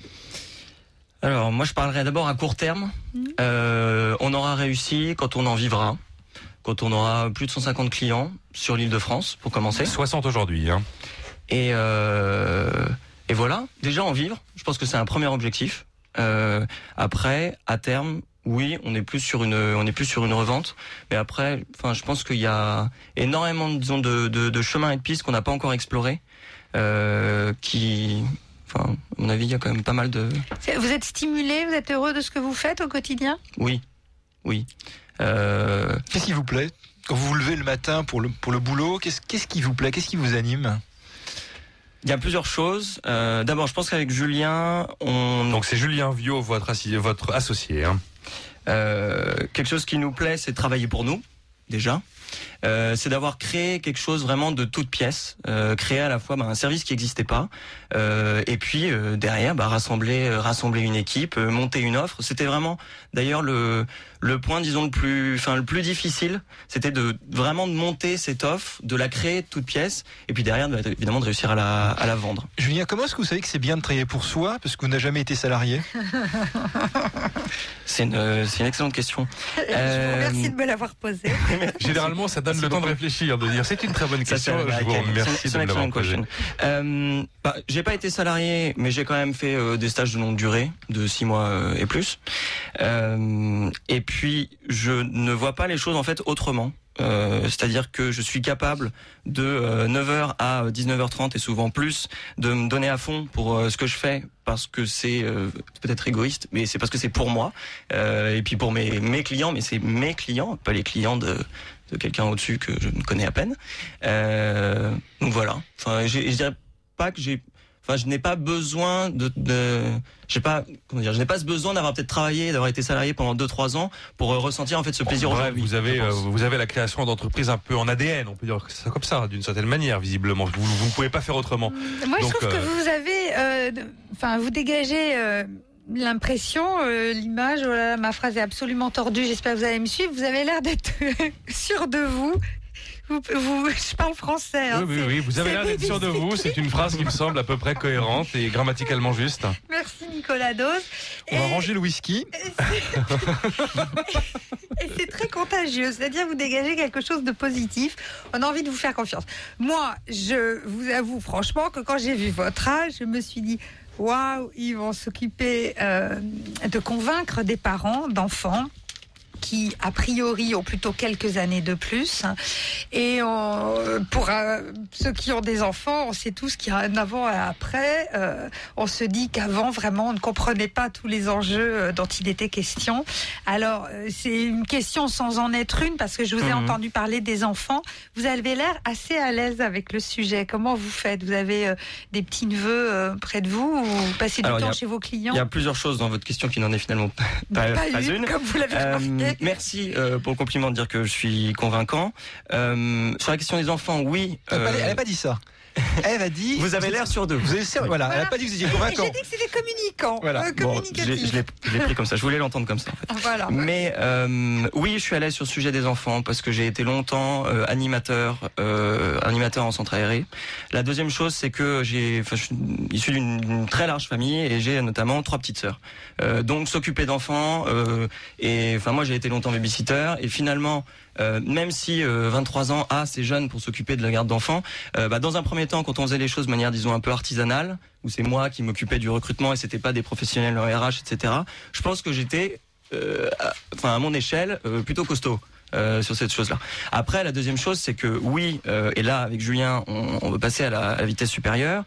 Alors, moi, je parlerai d'abord à court terme. Mmh. Euh, on aura réussi quand on en vivra, quand on aura plus de cent cinquante clients sur l'Île-de-France, pour commencer. soixante aujourd'hui. Hein. Et, euh, et voilà, déjà en vivre, je pense que c'est un premier objectif. Euh, après, à terme, oui, on est plus sur une, on est plus sur une revente. Mais après, enfin, je pense qu'il y a énormément, disons, de, de, de chemins et de pistes qu'on n'a pas encore explorés, euh, qui, enfin, à mon avis, il y a quand même pas mal de. Vous êtes stimulé, vous êtes heureux de ce que vous faites au quotidien? Oui, oui. Euh... Qu'est-ce qui vous plaît quand vous vous levez le matin pour le pour le boulot? Qu'est-ce qu'est-ce qui vous plaît? Qu'est-ce qui vous anime? Il y a plusieurs choses. Euh, d'abord, je pense qu'avec Julien, on... Donc c'est Julien Viau, votre, assi... votre associé. Hein. Euh, quelque chose qui nous plaît, c'est de travailler pour nous, déjà. Euh, c'est d'avoir créé quelque chose vraiment de toute pièce, euh, créer à la fois bah, un service qui n'existait pas, euh, et puis euh, derrière bah, rassembler, euh, rassembler une équipe, euh, monter une offre. C'était vraiment, d'ailleurs, le le point, disons le plus, enfin le plus difficile, c'était de vraiment de monter cette offre, de la créer de toute pièce, et puis derrière, bah, évidemment, de réussir à la à la vendre. Julien, comment est-ce que vous savez que c'est bien de travailler pour soi, parce que vous n'avez jamais été salarié? C'est une c'est une excellente question. Je vous remercie de me l'avoir posée. Généralement, ça donne le temps de réfléchir, de dire c'est une très bonne question. Ça, je vous remercie de me l'avoir posée. Euh, bah, j'ai pas été salarié, mais j'ai quand même fait euh, des stages de longue durée, de six mois euh, et plus. Euh, et puis, je ne vois pas les choses en fait autrement. Euh, c'est-à-dire que je suis capable de euh, neuf heures à dix-neuf heures trente et souvent plus de me donner à fond pour euh, ce que je fais parce que c'est euh, peut-être égoïste, mais c'est parce que c'est pour moi euh, et puis pour mes mes clients, mais c'est mes clients, pas les clients de de quelqu'un au-dessus que je ne connais à peine. Euh, donc voilà. Enfin, j'ai, je dirais pas que j'ai Enfin, je n'ai pas besoin de, de j'ai pas, comment dire, je n'ai pas ce besoin d'avoir peut-être travaillé, d'avoir été salarié pendant deux trois ans pour euh, ressentir en fait ce plaisir Bref, aujourd'hui. Vous avez, euh, vous avez la création d'entreprise un peu en A D N, on peut dire que c'est comme ça, d'une certaine manière, visiblement. Vous, vous ne pouvez pas faire autrement. Moi, Donc, je trouve euh... que vous avez, euh, enfin, vous dégagez. Euh... l'impression, euh, l'image, voilà, ma phrase est absolument tordue, j'espère que vous allez me suivre, vous avez l'air d'être sûr de vous. Vous, vous, je parle français. Hein, oui, oui, oui, vous avez l'air d'être sûr de vous, c'est une phrase qui me semble à peu près cohérente et grammaticalement juste. Merci Nicolas Dose. On et... va ranger le whisky. Et c'est très contagieux, c'est-à-dire vous dégagez quelque chose de positif, on a envie de vous faire confiance. Moi, je vous avoue franchement que quand j'ai vu votre âge, je me suis dit... Waouh, ils vont s'occuper euh, de convaincre des parents d'enfants qui, a priori, ont plutôt quelques années de plus. Et on, pour euh, ceux qui ont des enfants, on sait tous qu'il y a un avant et un après. Euh, on se dit qu'avant, vraiment, on ne comprenait pas tous les enjeux dont il était question. Alors, euh, c'est une question sans en être une, parce que je vous ai mmh. entendu parler des enfants. Vous avez l'air assez à l'aise avec le sujet. Comment vous faites? Vous avez euh, des petits-neveux euh, près de vous ou vous passez du Alors, temps a, chez vos clients? Il y a plusieurs choses dans votre question qui n'en est finalement pas, pas, pas une, une. Comme vous l'avez euh, remarqué. Merci euh, pour le compliment de dire que je suis convaincant. Euh, sur la question des enfants, oui. Euh... Elle n'a euh, pas dit ça. Ève a dit. Vous avez l'air sur deux. Vous avez, voilà, voilà, elle n'a pas dit que vous étiez convaincant. J'ai dit que c'était communicant. Voilà. Euh, Bon, je l'ai, je l'ai- je l'ai pris comme ça. Je voulais l'entendre comme ça. En fait. Voilà. Mais euh, oui, je suis à l'aise sur le sujet des enfants parce que j'ai été longtemps euh, animateur, euh, animateur en centre aéré. La deuxième chose, c'est que j'ai, enfin, je suis issu d'une, d'une très large famille et j'ai notamment trois petites sœurs. Euh, donc s'occuper d'enfants euh, et enfin moi j'ai été longtemps babysitter et finalement. Euh, même si euh, vingt-trois ans, ah, c'est jeune pour s'occuper de la garde d'enfants, euh, bah, dans un premier temps, quand on faisait les choses de manière, disons, un peu artisanale, où c'est moi qui m'occupais du recrutement et c'était pas des professionnels en R H, et cetera, je pense que j'étais, euh, à, enfin, à mon échelle, euh, plutôt costaud. Euh, sur cette chose-là. Après, la deuxième chose, c'est que oui, euh, et là, avec Julien, on, on veut passer à la, à la vitesse supérieure.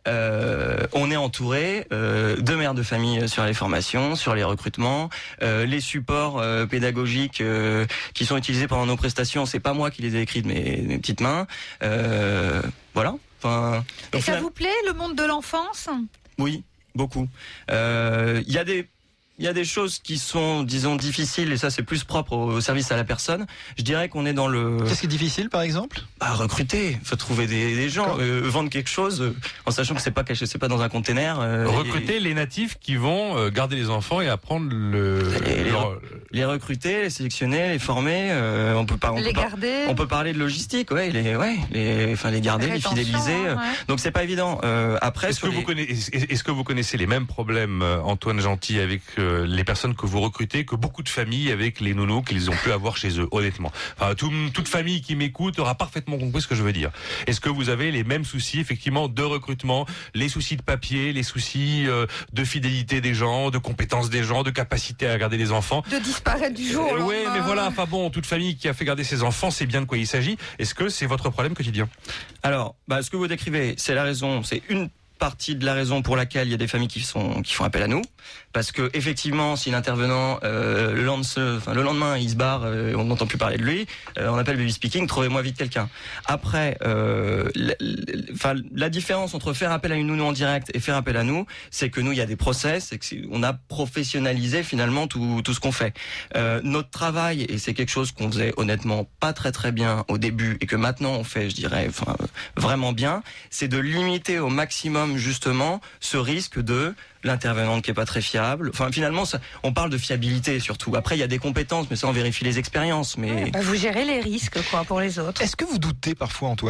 Euh, on est entouré euh, de mères de famille sur les formations, sur les recrutements, euh, les supports euh, pédagogiques euh, qui sont utilisés pendant nos prestations. C'est pas moi qui les ai écrits de mes, mes petites mains. Euh, voilà. Enfin. Et donc, ça vous plaît, le monde de l'enfance ? Oui, beaucoup. Il euh, y a des Il y a des choses qui sont, disons, difficiles, et ça c'est plus propre au service à la personne. Je dirais qu'on est dans le... Qu'est-ce qui est difficile, par exemple ? Bah, recruter, faut trouver des, des gens, euh, vendre quelque chose, euh, en sachant que c'est pas caché, c'est pas dans un container. Euh, Recruter et, les natifs qui vont euh, garder les enfants et apprendre le... les, leur... les recruter, les sélectionner, les former, euh, on peut pas... On les peut garder. Pas, on peut parler de logistique, ouais, les, ouais, les, enfin, les garder, les fidéliser. Hein, ouais. Donc c'est pas évident. Euh, après, est-ce que, les... vous connaissez, est-ce que vous connaissez les mêmes problèmes, Antoine Gentil, avec euh, les personnes que vous recrutez, que beaucoup de familles avec les nounous qu'ils ont pu avoir chez eux, honnêtement. Enfin, tout, toute famille qui m'écoute aura parfaitement compris ce que je veux dire. Est-ce que vous avez les mêmes soucis, effectivement, de recrutement, les soucis de papier, les soucis euh, de fidélité des gens, de compétences des gens, de capacité à garder les enfants ? De disparaître du jour au lendemain. Oui, mais voilà, enfin bon, toute famille qui a fait garder ses enfants, c'est bien de quoi il s'agit. Est-ce que c'est votre problème quotidien ? Alors, bah, ce que vous décrivez, c'est la raison, c'est une partie de la raison pour laquelle il y a des familles qui sont qui font appel à nous, parce que effectivement, si l'intervenant euh, le, lendemain, enfin, le lendemain il se barre, euh, on n'entend plus parler de lui, euh, on appelle baby speaking, trouvez-moi vite quelqu'un. Après, euh, la, la, la différence entre faire appel à une nounou en direct et faire appel à nous, c'est que nous il y a des process, et que on a professionnalisé finalement tout tout ce qu'on fait. Euh, notre travail, et c'est quelque chose qu'on faisait honnêtement pas très très bien au début et que maintenant on fait, je dirais, enfin vraiment bien, c'est de limiter au maximum justement ce risque de l'intervenante qui est pas très fiable. Enfin, finalement, ça, on parle de fiabilité surtout. Après, il y a des compétences, mais ça, on vérifie les expériences. Mais bah, vous gérez les risques, quoi, pour les autres. Est-ce que vous doutez parfois, Antoine ?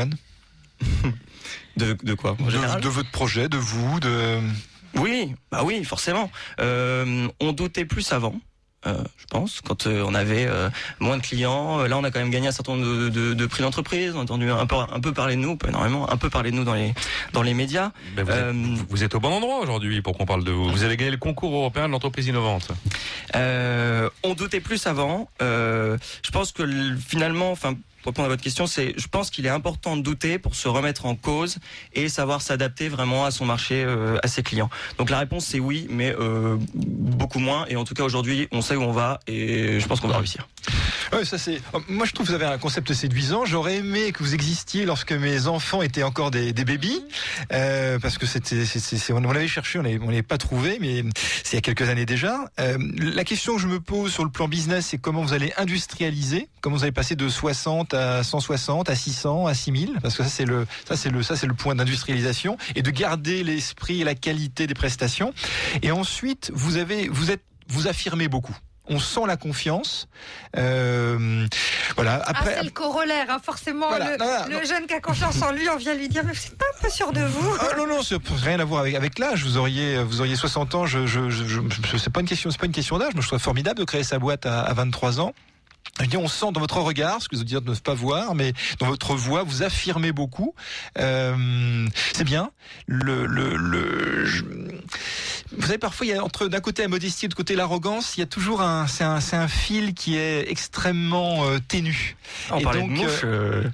de, de quoi en général ? de, de votre projet, de vous, de. Oui, bah oui, forcément. Euh, on doutait plus avant. Euh, je pense, quand euh, on avait euh, moins de clients. Euh, là, on a quand même gagné un certain nombre de, de, de prix d'entreprise. On a entendu un peu, un peu parler de nous, pas énormément, un peu parler de nous dans les, dans les médias. Ben vous, euh, êtes, vous êtes au bon endroit aujourd'hui pour qu'on parle de vous. Vous avez gagné le concours européen de l'entreprise innovante. Euh, on doutait plus avant. Euh, je pense que finalement, enfin, pour répondre à votre question, c'est, je pense qu'il est important de douter pour se remettre en cause et savoir s'adapter vraiment à son marché, euh, à ses clients. Donc la réponse c'est oui, mais euh, beaucoup moins. Et en tout cas aujourd'hui, on sait où on va et je pense qu'on va réussir. Ouais, ça c'est. Moi, je trouve que vous avez un concept séduisant. J'aurais aimé que vous existiez lorsque mes enfants étaient encore des, des bébés, euh, parce que c'était, c'est, c'est, on l'avait cherché, on ne l'avait pas trouvé, mais c'est il y a quelques années déjà. Euh, la question que je me pose sur le plan business, c'est comment vous allez industrialiser, comment vous allez passer de soixante à cent soixante, à six cents, à six mille, parce que ça c'est le, ça c'est le, ça c'est le point d'industrialisation, et de garder l'esprit et la qualité des prestations. Et ensuite, vous avez, vous êtes, vous affirmez beaucoup. On sent la confiance. Euh, voilà. Après, ah, c'est le corollaire, hein. Forcément. Voilà. Le, non, non, le non. jeune qui a confiance en lui, on vient lui dire, mais vous n'êtes pas un peu sûr de vous. Ah, non, non, c'est rien à voir avec, avec l'âge. Vous auriez, vous auriez soixante ans. Je, je, je, je c'est pas une question, c'est pas une question d'âge. Moi, je trouve formidable de créer sa boîte à, à vingt-trois ans. Je dis, on sent dans votre regard, ce que les auditeurs ne peuvent pas voir, mais dans votre voix, vous affirmez beaucoup. Euh, c'est bien. Le, le, le, je... Vous savez, parfois, il y a entre d'un côté la modestie et de l'autre côté l'arrogance. Il y a toujours un, c'est un, c'est un fil qui est extrêmement euh, ténu. On et parlait donc, de mouche. Euh...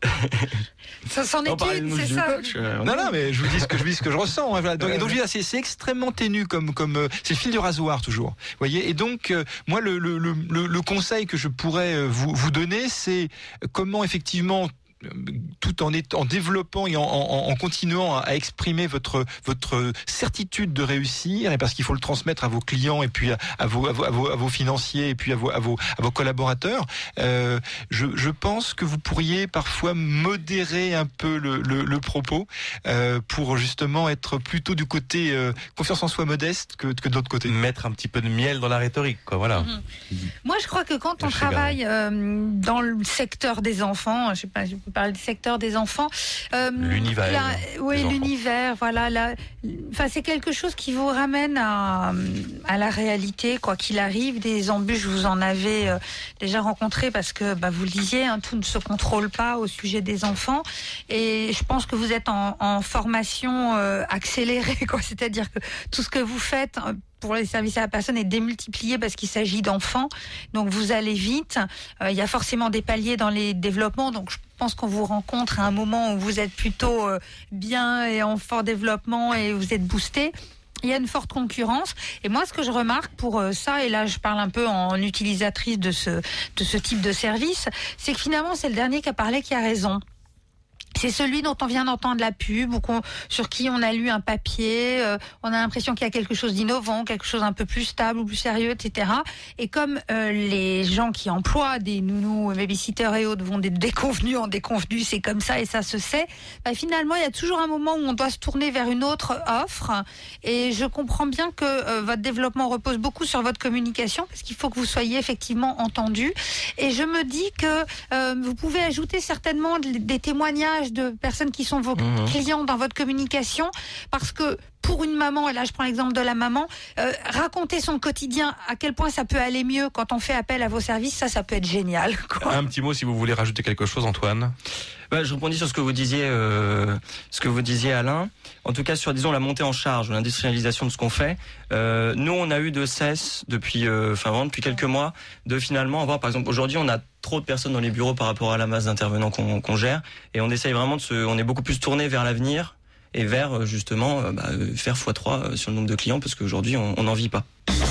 Ça s'en est une, c'est ça. Coach, euh, non, non, mais je vous dis ce que je, dis ce que je ressens. Hein, voilà. Donc, et donc, je dis, c'est, c'est extrêmement ténu comme, comme, euh, c'est le fil du rasoir toujours. Vous voyez. Et donc, euh, moi, le, le, le, le conseil que je pourrais vous, vous donner, c'est comment effectivement tout en, est, en développant et en, en, en continuant à, à exprimer votre, votre certitude de réussir, et parce qu'il faut le transmettre à vos clients et puis à, à, vos, à, vos, à, vos, à vos financiers et puis à vos, à vos, à vos collaborateurs, euh, je, je pense que vous pourriez parfois modérer un peu le, le, le propos euh, pour justement être plutôt du côté euh, confiance en soi modeste que, que de l'autre côté. Mettre un petit peu de miel dans la rhétorique, quoi, voilà. Mmh. Moi, je crois que quand on travaille euh, dans le secteur des enfants, je sais pas, je peux parler du secteur des enfants, euh, l'univers, là, oui, des l'univers, voilà, là, enfin, c'est quelque chose qui vous ramène à, à la réalité, quoi qu'il arrive. Des embûches, vous en avez euh, déjà rencontré parce que, bah, vous le disiez, hein, tout ne se contrôle pas au sujet des enfants, et je pense que vous êtes en, en formation euh, accélérée, quoi. C'est-à-dire que tout ce que vous faites pour les services à la personne est démultiplié parce qu'il s'agit d'enfants. Donc vous allez vite. Euh, il y a forcément des paliers dans les développements. Donc je pense qu'on vous rencontre à un moment où vous êtes plutôt euh, bien et en fort développement et vous êtes boosté. Il y a une forte concurrence. Et moi, ce que je remarque pour euh, ça, et là je parle un peu en utilisatrice de ce, de ce type de service, c'est que finalement c'est le dernier qui a parlé qui a raison. C'est celui dont on vient d'entendre la pub ou qu'on, sur qui on a lu un papier, euh, on a l'impression qu'il y a quelque chose d'innovant, quelque chose un peu plus stable ou plus sérieux, et cetera. Et comme euh, les gens qui emploient des nounous, babysitters et autres vont des déconvenus en déconvenus, c'est comme ça et ça se sait, bah, finalement il y a toujours un moment où on doit se tourner vers une autre offre. Et je comprends bien que euh, votre développement repose beaucoup sur votre communication parce qu'il faut que vous soyez effectivement entendu. Et je me dis que euh, vous pouvez ajouter certainement des témoignages de personnes qui sont vos mmh. clients dans votre communication, parce que pour une maman, et là je prends l'exemple de la maman, euh, raconter son quotidien, à quel point ça peut aller mieux quand on fait appel à vos services, ça, ça peut être génial, quoi. Un petit mot si vous voulez rajouter quelque chose, Antoine. Bah, je rebondis sur ce que vous disiez, euh, ce que vous disiez, Alain. En tout cas, sur disons la montée en charge, l'industrialisation de ce qu'on fait. Euh, nous, on a eu de cesse depuis, euh, enfin vraiment depuis quelques mois, de finalement avoir, par exemple, aujourd'hui, on a trop de personnes dans les bureaux par rapport à la masse d'intervenants qu'on, qu'on gère, et on essaye vraiment de se, on est beaucoup plus tourné vers l'avenir et vers justement bah, faire fois trois sur le nombre de clients, parce qu'aujourd'hui, on n'en vit pas.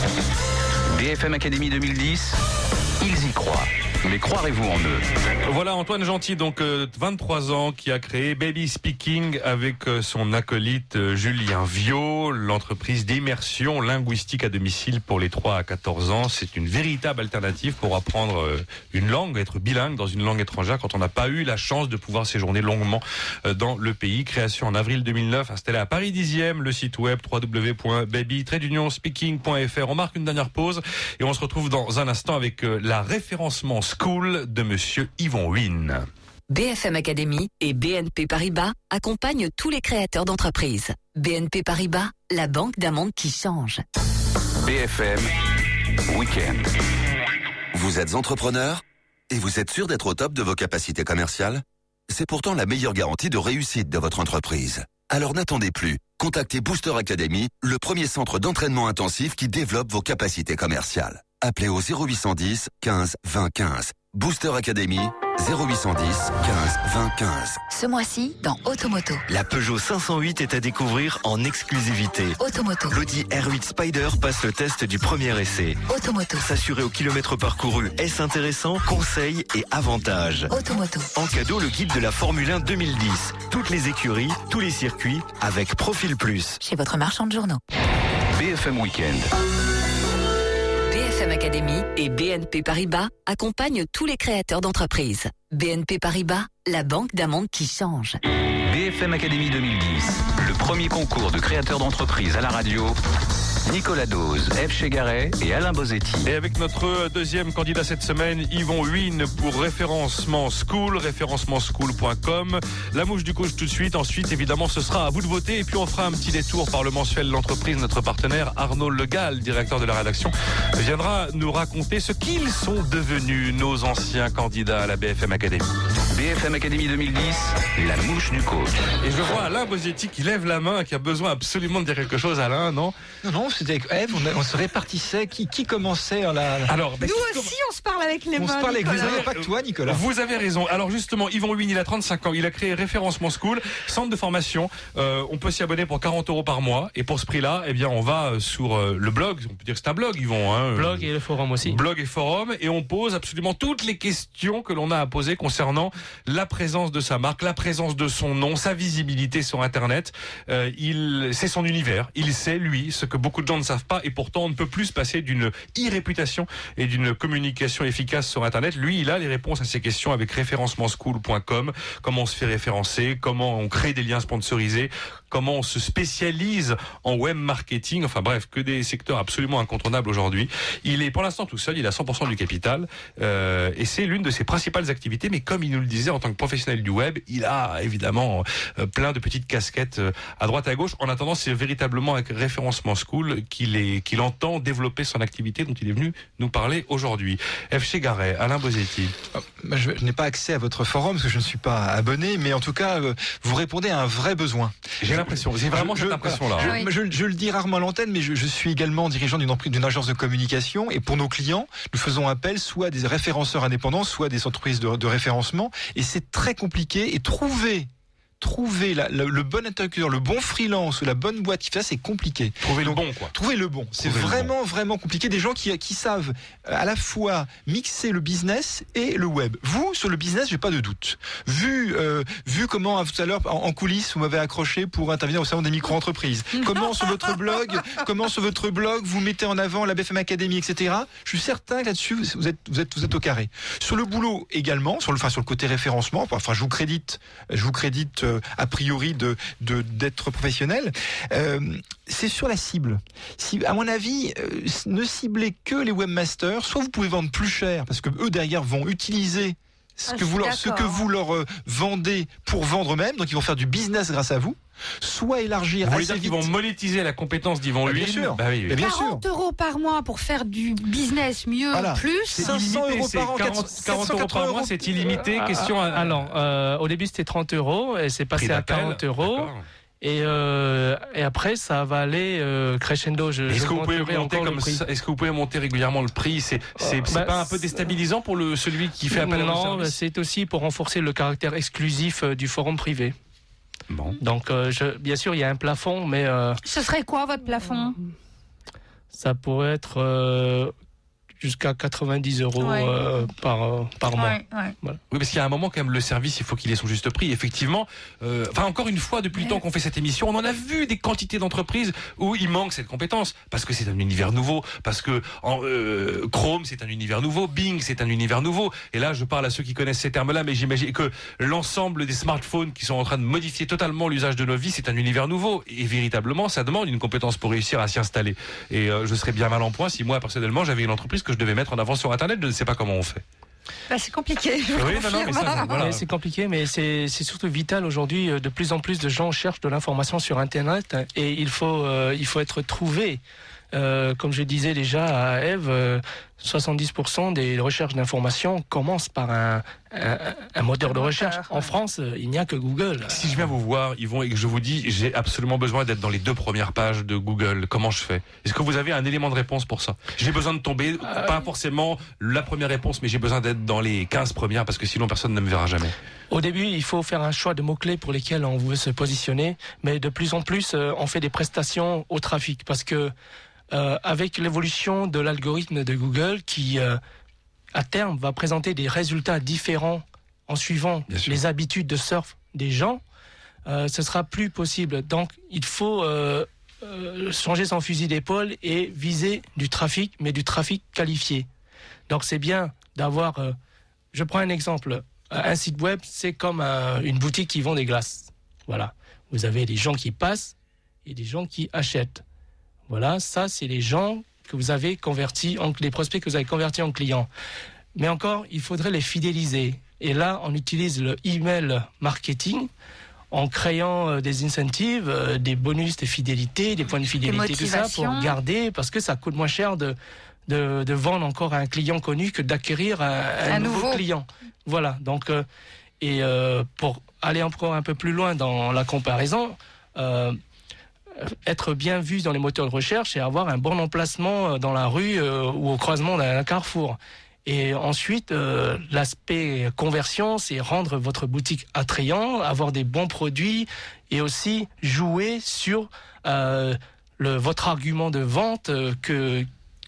B F M Academy deux mille dix, ils y croient. Mais croirez-vous en eux? Voilà Antoine Gentil, donc euh, vingt-trois ans, qui a créé Baby Speaking avec euh, son acolyte euh, Julien Viau, l'entreprise d'immersion linguistique à domicile pour les trois à quatorze ans. C'est une véritable alternative pour apprendre euh, une langue, être bilingue dans une langue étrangère quand on n'a pas eu la chance de pouvoir séjourner longuement euh, dans le pays. Création en avril deux mille neuf, installé à Paris dixième, le site web w w w point baby tiret speaking point f r. On marque une dernière pause et on se retrouve dans un instant avec euh, la référencement School de Monsieur Yvon Huynh. B F M Academy et B N P Paribas accompagnent tous les créateurs d'entreprises. B N P Paribas, la banque d'un monde qui change. B F M Week-end. Vous êtes entrepreneur et vous êtes sûr d'être au top de vos capacités commerciales? C'est pourtant la meilleure garantie de réussite de votre entreprise. Alors n'attendez plus. Contactez Booster Academy, le premier centre d'entraînement intensif qui développe vos capacités commerciales. Appelez au zéro huit cent dix quinze vingt quinze. Booster Academy, zéro huit cent dix quinze vingt quinze. Ce mois-ci, dans Automoto. La Peugeot cinq cent huit est à découvrir en exclusivité. Automoto. L'Audi R huit Spider passe le test du premier essai. Automoto. S'assurer au kilomètre parcouru, est-ce intéressant? Conseils et avantages. Automoto. En cadeau, le guide de la Formule un deux mille dix. Toutes les écuries, tous les circuits, avec Profil Plus. Chez votre marchand de journaux. B F M Week-end. B F M Academy et B N P Paribas accompagnent tous les créateurs d'entreprises. B N P Paribas, la banque d'un monde qui change. B F M Academy deux mille dix, le premier concours de créateurs d'entreprises à la radio. Nicolas Dose, F. Chegaray et Alain Bosetti. Et avec notre deuxième candidat cette semaine, Yvon Huynh pour référencement School, référencement school point com. La mouche du coach tout de suite. Ensuite, évidemment, ce sera à vous de voter. Et puis, on fera un petit détour par le mensuel L'Entreprise. Notre partenaire Arnaud Legal, directeur de la rédaction, viendra nous raconter ce qu'ils sont devenus, nos anciens candidats à la B F M Academy. B F M Academy deux mille dix, la mouche du coach. Et je vois Alain Bosetti qui lève la main, qui a besoin absolument de dire quelque chose. Alain, non? Non, non, comment c'était avec Ève, on, on se répartissait, qui, qui commençait la... la... Alors, bah, nous aussi, on se parle avec les on mains. On se parle avec les Nicolas. mains, pas que toi, Nicolas. Vous avez raison. Alors justement, Yvon Huynh, il a trente-cinq ans. Il a créé Référencement School, centre de formation. Euh, on peut s'y abonner pour quarante euros par mois. Et pour ce prix-là, eh bien, on va sur euh, le blog. On peut dire que c'est un blog, Yvon. Hein, blog et le forum aussi. Blog et forum. Et on pose absolument toutes les questions que l'on a à poser concernant la présence de sa marque, la présence de son nom, sa visibilité sur Internet. Euh, il, c'est son univers. Il sait, lui, ce que beaucoup de gens ne savent pas. Et pourtant, on ne peut plus se passer d'une e-réputation et d'une communication efficace sur Internet. Lui, il a les réponses à ces questions avec référencement school point com. Comment on se fait référencer, comment on crée des liens sponsorisés, comment on se spécialise en web marketing. Enfin bref, que des secteurs absolument incontournables aujourd'hui. Il est pour l'instant tout seul, il a cent pour cent du capital euh, et c'est l'une de ses principales activités. Mais comme il nous le disait, en tant que professionnel du web, il a évidemment euh, plein de petites casquettes euh, à droite à gauche. En attendant, c'est véritablement avec Référencement School qu'il est, qu'il entend développer son activité dont il est venu nous parler aujourd'hui. F. Chegaray, Alain Bosetti. Je, je n'ai pas accès à votre forum parce que je ne suis pas abonné, mais en tout cas, euh, vous répondez à un vrai besoin. J'ai l'impression, j'ai vraiment je, cette impression-là. Je, Oui. je, je le dis rarement à l'antenne, mais je, je suis également dirigeant d'une, d'une agence de communication et pour nos clients, nous faisons appel soit à des référenceurs indépendants, soit à des entreprises de, de référencement et c'est très compliqué et trouver trouver la, la, le bon interlocuteur, le bon freelance ou la bonne boîte qui fait ça, c'est compliqué. Trouver Donc, le bon, quoi. Trouver le bon. C'est Trouver vraiment, bon. vraiment compliqué. Des gens qui, qui savent à la fois mixer le business et le web. Vous, sur le business, j'ai pas de doute. Vu, euh, vu comment, tout à l'heure, en, en coulisses, vous m'avez accroché pour intervenir au salon des micro-entreprises. Comment sur votre blog, comment sur votre blog, vous mettez en avant la B F M Academy, et cetera. Je suis certain que là-dessus, vous êtes, vous êtes, vous êtes au carré. Sur le boulot également, sur le, enfin, sur le côté référencement, enfin, je vous crédite, je vous crédite, euh, a priori, De, de, d'être professionnel, euh, c'est sur la cible. Si, à mon avis, euh, ne ciblez que les webmasters, soit vous pouvez vendre plus cher, parce que eux derrière vont utiliser ce, ah, que, vous leur, ce que vous leur euh, vendez pour vendre eux-mêmes, donc ils vont faire du business grâce à vous, soit élargir Vous voulez assez dire qu'ils vite. vont monétiser la compétence d'Yvon Bah, Huynh. bien sûr. Bah oui, oui. Bien quarante euros par mois pour faire du business mieux, Voilà. plus. C'est cinq cents illimité, euros c'est par an, quarante, quarante euros par mois, c'est illimité. Ah, Question à... Alors, euh, au début c'était trente euros et c'est passé Prix à d'appel. quarante euros. D'accord. Et, euh, et après, ça va aller euh, crescendo. Je, Est-ce je que vous pouvez monterai monter encore le comme prix. ça, est-ce que vous pouvez monter régulièrement le prix? C'est c'est, Euh, c'est bah, pas un peu c'est- déstabilisant pour le celui qui fait appel à vos Non, services? c'est aussi pour renforcer le caractère exclusif euh, du forum privé. Bon. Donc, euh, je, bien sûr, il y a un plafond, mais euh, Ce serait quoi votre plafond? ça pourrait être euh, jusqu'à quatre-vingt-dix euros Ouais. euh, par, euh, par mois. Ouais, ouais. Voilà. Oui, parce qu'il y a un moment quand même, le service, il faut qu'il ait son juste prix. Effectivement, euh, enfin encore une fois, depuis le temps qu'on fait cette émission, on en a vu des quantités d'entreprises où il manque cette compétence, parce que c'est un univers nouveau, parce que en, euh, Chrome c'est un univers nouveau, Bing c'est un univers nouveau. Et là, je parle à ceux qui connaissent ces termes-là, mais j'imagine que l'ensemble des smartphones qui sont en train de modifier totalement l'usage de nos vies, c'est un univers nouveau. Et véritablement, ça demande une compétence pour réussir à s'y installer. Et euh, je serais bien mal en point si moi personnellement j'avais une entreprise que je devais mettre en avant sur Internet. Je ne sais pas comment on fait. Bah, c'est compliqué. je Oui, non, non, mais confirme. ça, voilà. Ouais, c'est compliqué, mais c'est c'est surtout vital aujourd'hui. euh, De plus en plus de gens cherchent de l'information sur Internet et il faut, euh, il faut être trouvé. Euh, comme je disais déjà à Ève, euh, soixante-dix pour cent des recherches d'information commencent par un, un, un moteur de recherche. En France, euh, il n'y a que Google. Si je viens vous voir, Yvon, et que je vous dis, j'ai absolument besoin d'être dans les deux premières pages de Google, comment je fais? Est-ce que vous avez un élément de réponse pour ça? J'ai besoin de tomber, Euh, pas forcément la première réponse, mais j'ai besoin d'être dans les quinze premières, parce que sinon personne ne me verra jamais. Au début, il faut faire un choix de mots-clés pour lesquels on veut se positionner, mais de plus en plus, euh, on fait des prestations au trafic, parce que euh, avec l'évolution de l'algorithme de Google, qui euh, à terme va présenter des résultats différents en suivant les habitudes de surf des gens, euh, ce sera plus possible. Donc, il faut euh, euh, changer son fusil d'épaule et viser du trafic, mais du trafic qualifié. Donc, c'est bien d'avoir. Euh, je prends un exemple. Un site web, c'est comme un- une boutique qui vend des glaces. Voilà. Vous avez des gens qui passent et des gens qui achètent. Voilà, ça, c'est les gens que vous avez convertis, en, les prospects que vous avez convertis en clients. Mais encore, il faudrait les fidéliser. Et là, on utilise le email marketing en créant euh, des incentives, euh, des bonus de fidélité, des points de fidélité, tout ça, pour motivations. garder, parce que ça coûte moins cher de, de, de vendre encore à un client connu que d'acquérir un, un Un nouveau, nouveau. client. Voilà, donc, euh, et euh, pour aller encore un peu plus loin dans la comparaison, euh, être bien vu dans les moteurs de recherche et avoir un bon emplacement dans la rue euh, ou au croisement d'un carrefour. Et ensuite, euh, l'aspect conversion, c'est rendre votre boutique attrayant, avoir des bons produits et aussi jouer sur euh, le, votre argument de vente, euh, que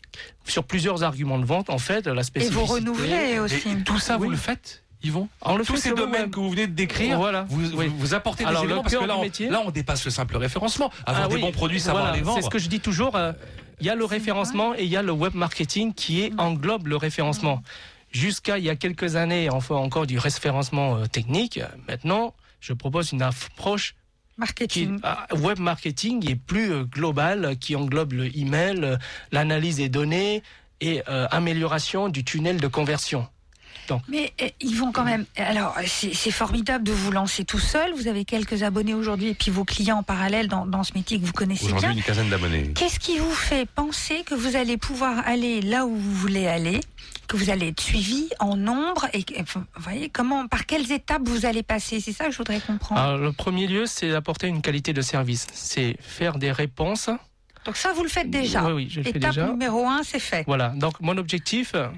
sur plusieurs arguments de vente, en fait, la spécificité. Et vous renouvelez aussi. Et tout ça, Oui. vous le faites, Yvon? On le Tous fait ces sur le domaines web. que vous venez de décrire, Voilà. vous, Oui. vous, vous apportez des Alors, éléments le parce que cœur là du on, métier. là, on dépasse le simple référencement. Avoir Ah des oui, bons produits, savoir voilà, les vendre. c'est ce que je dis toujours. euh, Il y a le référencement et il y a le web marketing qui est, englobe le référencement. Jusqu'à il y a quelques années, on fait encore du référencement euh, technique. Maintenant, je propose une approche Marketing. qui, ah, web marketing est plus euh, globale, qui englobe le email, euh, l'analyse des données et euh, amélioration du tunnel de conversion. Donc, Mais euh, ils vont quand même. Alors, c'est c'est formidable de vous lancer tout seul. Vous avez quelques abonnés aujourd'hui et puis vos clients en parallèle dans, dans ce métier que vous connaissez Aujourd'hui, bien. une quinzaine d'abonnés. Qu'est-ce qui vous fait penser que vous allez pouvoir aller là où vous voulez aller, que vous allez être suivi en nombre et que- enfin, vous voyez comment, par quelles étapes vous allez passer? C'est ça que je voudrais comprendre. alors, le premier lieu, c'est apporter une qualité de service. C'est faire des réponses. Donc ça, vous le faites déjà. Oui, oui, je le fais Étape déjà. numéro un, c'est fait. Voilà, donc mon objectif euh,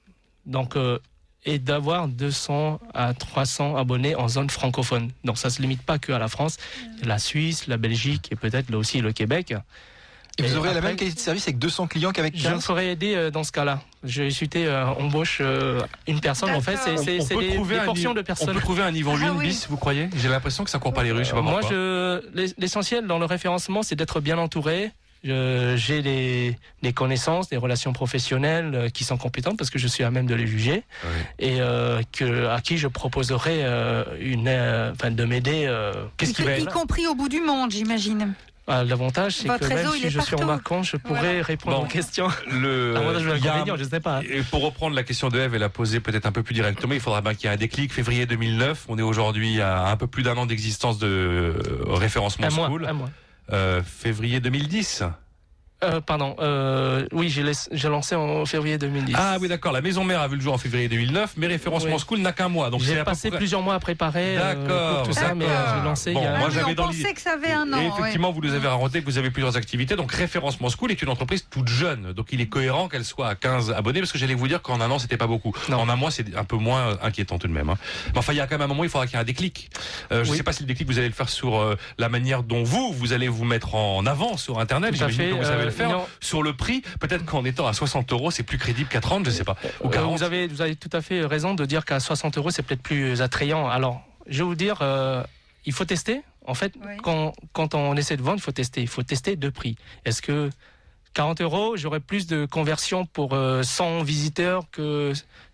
donc, euh, est d'avoir deux cents à trois cents abonnés en zone francophone. Donc ça ne se limite pas que à la France, la Suisse, la Belgique et peut-être là aussi le Québec. Et vous aurez la après, même qualité de service avec deux cents clients qu'avec Je me quinze? ferai aider euh, dans ce cas-là. Je suis euh, embauche euh, une personne. En fait, c'est, c'est, On c'est peut des, trouver des un portions niveau- de personnes. On peut trouver un niveau Ah huit oui. bis, vous croyez? J'ai l'impression que ça court pas les rues, je sais pas Moi, pourquoi. je, l'ess- l'essentiel dans le référencement, c'est d'être bien entouré. Je- j'ai des, des connaissances, des relations professionnelles euh, qui sont compétentes parce que je suis à même de les juger Oui. et euh, que, à qui je proposerai euh, une, euh, enfin, de m'aider. Euh, Qu'est-ce qui y, va y être compris au bout du monde, j'imagine. ah, l'avantage, c'est Votre que même réseau, il si est je suis en partout. vacances, je pourrais Voilà. répondre Bon. aux questions. Le, L'avantage ou il y a un- l'inconvénient, je sais pas. Et pour reprendre la question de Eve et la poser peut-être un peu plus directement, il faudra bien qu'il y ait un déclic. Février deux mille neuf, on est aujourd'hui à un peu plus d'un an d'existence de euh, référencement Un mois, school. un mois. Euh, février deux mille dix. Euh, pardon, euh, oui, j'ai, laissé- j'ai lancé en février deux mille dix. Ah oui, d'accord. La maison mère a vu le jour en février deux mille neuf, mais référencement Oui. school n'a qu'un mois. Donc c'est J'ai à peu passé près- plusieurs mois à préparer euh, D'accord, pour tout ça, mais euh, j'ai lancé Bon, il y a moi, Ah oui, j'avais on dans pensait l'idée- que ça avait un an. Et ouais. effectivement, vous nous avez raconté que vous avez plusieurs activités. Donc, Référencement School est une entreprise toute jeune. Donc, il est cohérent qu'elle soit à quinze abonnés, parce que j'allais vous dire qu'en un an, c'était pas beaucoup. Non. En un mois, c'est un peu moins euh, inquiétant tout de même. hein. Mais enfin, il y a quand même un moment, il faudra qu'il y ait un déclic. Euh, je ne Oui. sais pas si le déclic, vous allez le faire sur euh, la manière dont vous, vous allez vous mettre en avant sur Internet. Tout à J'imagine fait, que vous savez euh, le faire. non. Sur le prix, peut-être qu'en étant à soixante euros, c'est plus crédible qu'à trente, je sais pas. Ou Euh, quarante. vous avez, vous avez tout à fait raison de dire qu'à soixante euros, c'est peut-être plus attrayant. Alors, je vais vous dire, euh, il faut tester. En fait, Oui. quand, quand on essaie de vendre, il faut tester. Il faut tester deux prix. Est-ce que quarante euros, j'aurai plus de conversion pour euh, cent visiteurs que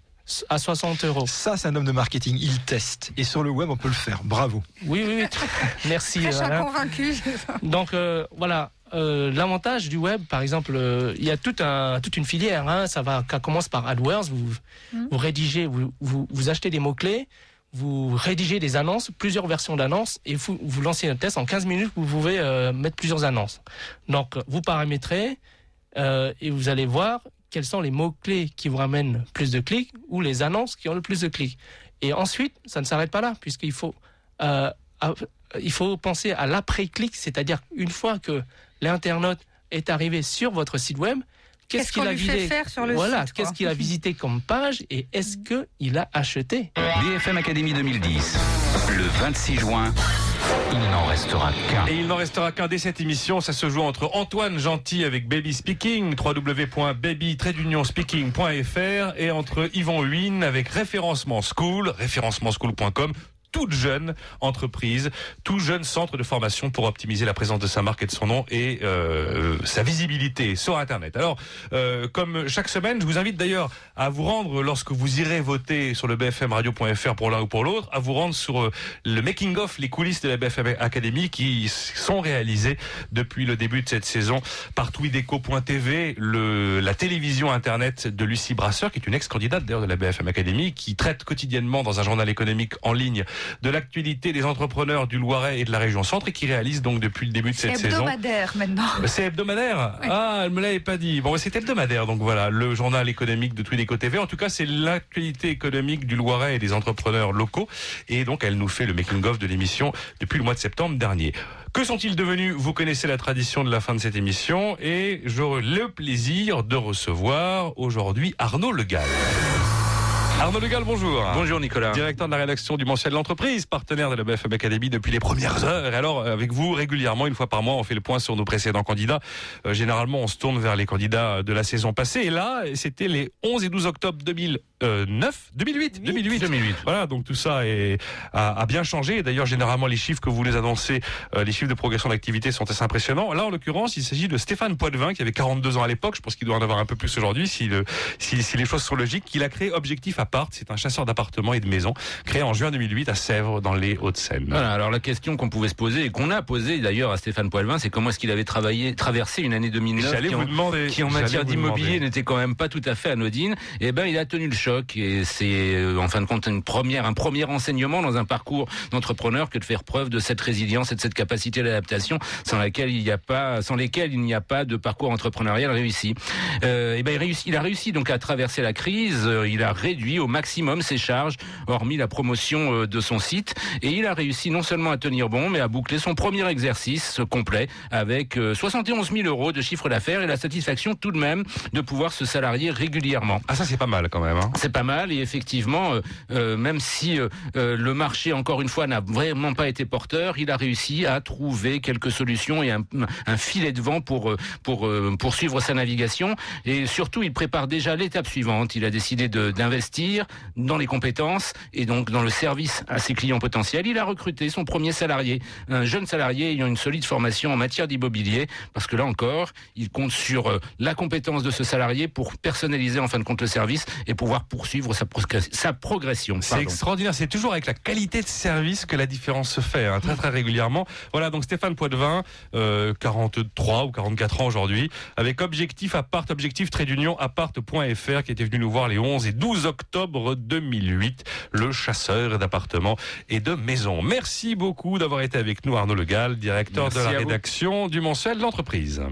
à soixante euros? Ça, c'est un homme de marketing. Il teste. Et sur le web, on peut le faire. Bravo. Oui, oui, oui. Merci. Très Alain. convaincu. Donc euh, voilà, euh, l'avantage du web, par exemple, euh, il y a tout un, toute une filière. Hein, ça va, ça commence par AdWords. Vous, Mm. vous rédigez, vous, vous, vous achetez des mots clés, vous rédigez des annonces, plusieurs versions d'annonces, et vous, vous lancez un test en quinze minutes. Vous pouvez euh, mettre plusieurs annonces. Donc vous paramétrez euh, et vous allez voir quels sont les mots clés qui vous ramènent plus de clics ou les annonces qui ont le plus de clics. Et ensuite, ça ne s'arrête pas là, puisqu'il faut euh, à- il faut penser à l'après-clic, c'est-à-dire une fois que l'internaute est arrivé sur votre site web, qu'est-ce, Qu'est-ce qu'il qu'on a lui fait visité faire sur le Voilà, site, quoi. qu'est-ce qu'il a visité comme page et est-ce qu'il a acheté? B F M Academy deux mille dix, le vingt-six juin, il n'en restera qu'un. Et il n'en restera qu'un dès cette émission. Ça se joue entre Antoine Gentil avec Baby Speaking, w w w point baby tiret speaking point f r, et entre Yvon Huynh avec Référencement School, référencement school point com. Toute jeune entreprise, tout jeune centre de formation pour optimiser la présence de sa marque et de son nom et euh, sa visibilité sur Internet. Alors, euh, comme chaque semaine, je vous invite d'ailleurs à vous rendre, lorsque vous irez voter sur le b f m radio point f r pour l'un ou pour l'autre, à vous rendre sur euh, le making-of, les coulisses de la B F M Academy qui sont réalisées depuis le début de cette saison par twideco point t v, le, la télévision Internet de Lucie Brasseur, qui est une ex-candidate d'ailleurs de la B F M Academy, qui traite quotidiennement dans un journal économique en ligne de l'actualité des entrepreneurs du Loiret et de la région Centre et qui réalise donc depuis le début de cette c'est saison. hebdomadaire maintenant. C'est hebdomadaire. Oui. Ah, elle me l'avait pas dit. Bon, c'est hebdomadaire, donc voilà, le journal économique de Twideco T V. En tout cas, c'est l'actualité économique du Loiret et des entrepreneurs locaux. Et donc, elle nous fait le making-of de l'émission depuis le mois de septembre dernier. Que sont-ils devenus? Vous connaissez la tradition de la fin de cette émission et j'aurai le plaisir de recevoir aujourd'hui Arnaud Le Gall. Arnaud Le Gall, bonjour. Bonjour Nicolas. Directeur de la rédaction du mensuel L'Entreprise, partenaire de la B F M Academy depuis les premières heures. Et alors, avec vous, régulièrement, une fois par mois, on fait le point sur nos précédents candidats. Euh, généralement, on se tourne vers les candidats de la saison passée. Et là, c'était les onze et douze octobre deux mille neuf, deux mille huit, deux mille huit. deux mille huit. Voilà, donc tout ça est, a, a bien changé. Et d'ailleurs, généralement, les chiffres que vous les annoncez, euh, les chiffres de progression d'activité sont assez impressionnants. Là, en l'occurrence, il s'agit de Stéphane Poitvin, qui avait quarante-deux ans à l'époque. Je pense qu'il doit en avoir un peu plus aujourd'hui, si, le, si, si les choses sont logiques. Qu'il a créé Objectif Apart. C'est un chasseur d'appartements et de maisons, créé en juin deux mille huit à Sèvres, dans les Hauts-de-Seine. Voilà, alors la question qu'on pouvait se poser, et qu'on a posée d'ailleurs à Stéphane Poitvin, c'est comment est-ce qu'il avait travaillé, traversé une année deux mille neuf J'allais qui, vous en, demander, qui en j'allais matière vous d'immobilier demander. n'était quand même pas tout à fait anodine. Et ben, il a tenu le choc, et c'est euh, en fin de compte une première, un premier enseignement dans un parcours d'entrepreneur que de faire preuve de cette résilience et de cette capacité d'adaptation sans laquelle il n'y a pas, sans lesquelles il n'y a pas de parcours entrepreneurial réussi. Euh, et ben, il, réussit, il a réussi donc à traverser la crise, euh, il a réduit au maximum ses charges, hormis la promotion de son site, et il a réussi non seulement à tenir bon, mais à boucler son premier exercice complet avec soixante et onze mille euros de chiffre d'affaires et la satisfaction tout de même de pouvoir se salarier régulièrement. Ah, ça c'est pas mal quand même. Hein. C'est pas mal, et effectivement, euh, euh, même si euh, le marché, encore une fois, n'a vraiment pas été porteur, il a réussi à trouver quelques solutions et un, un filet de vent pour, pour euh, poursuivre sa navigation, et surtout il prépare déjà l'étape suivante. Il a décidé de, d'investir dans les compétences et donc dans le service à ses clients potentiels. Il a recruté son premier salarié, un jeune salarié ayant une solide formation en matière d'immobilier, parce que là encore, il compte sur euh, la compétence de ce salarié pour personnaliser en fin de compte le service et pouvoir poursuivre sa, pro- sa progression. C'est Pardon. extraordinaire, c'est toujours avec la qualité de service que la différence se fait, hein, très très régulièrement. Voilà, donc Stéphane Poitvin, euh, quarante-trois ou quarante-quatre ans aujourd'hui, avec Objectif Apart, Objectif trait d'union appart point f r, qui était venu nous voir les onze et douze octobre deux mille huit. Le chasseur d'appartements et de maisons. Merci beaucoup d'avoir été avec nous, Arnaud Le Gall, directeur Merci de la à vous. rédaction du mensuel L'Entreprise.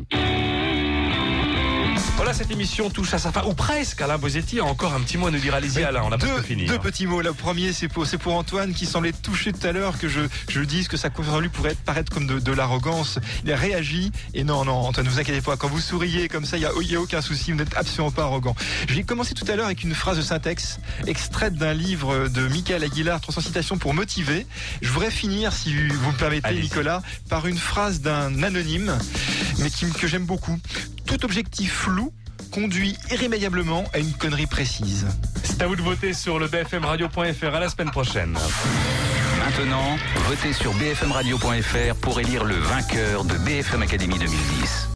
Voilà, cette émission touche à sa fin, ou presque. Alain Bosetti a encore un petit mot à nous dire. Allez-y, Alain, on n'a pas deux, fini. deux petits mots. Le premier, c'est pour, c'est pour Antoine qui semblait touché tout à l'heure que je, je dise que sa conférence lui pourrait paraître comme de, de l'arrogance. Il a réagi. Et non, non, Antoine, ne vous inquiétez pas. Quand vous souriez comme ça, il n'y a, il y a aucun souci. Vous n'êtes absolument pas arrogant. J'ai commencé tout à l'heure avec une phrase de syntaxe extraite d'un livre de Michael Aguilar, trois cents citations pour motiver. Je voudrais finir, si vous me permettez, Allez-y. Nicolas, par une phrase d'un anonyme, mais qui, que j'aime beaucoup. Tout objectif flou conduit irrémédiablement à une connerie précise. C'est à vous de voter sur le b f m radio point f r. À la semaine prochaine. Maintenant, votez sur b f m radio point f r pour élire le vainqueur de B F M Academy deux mille dix.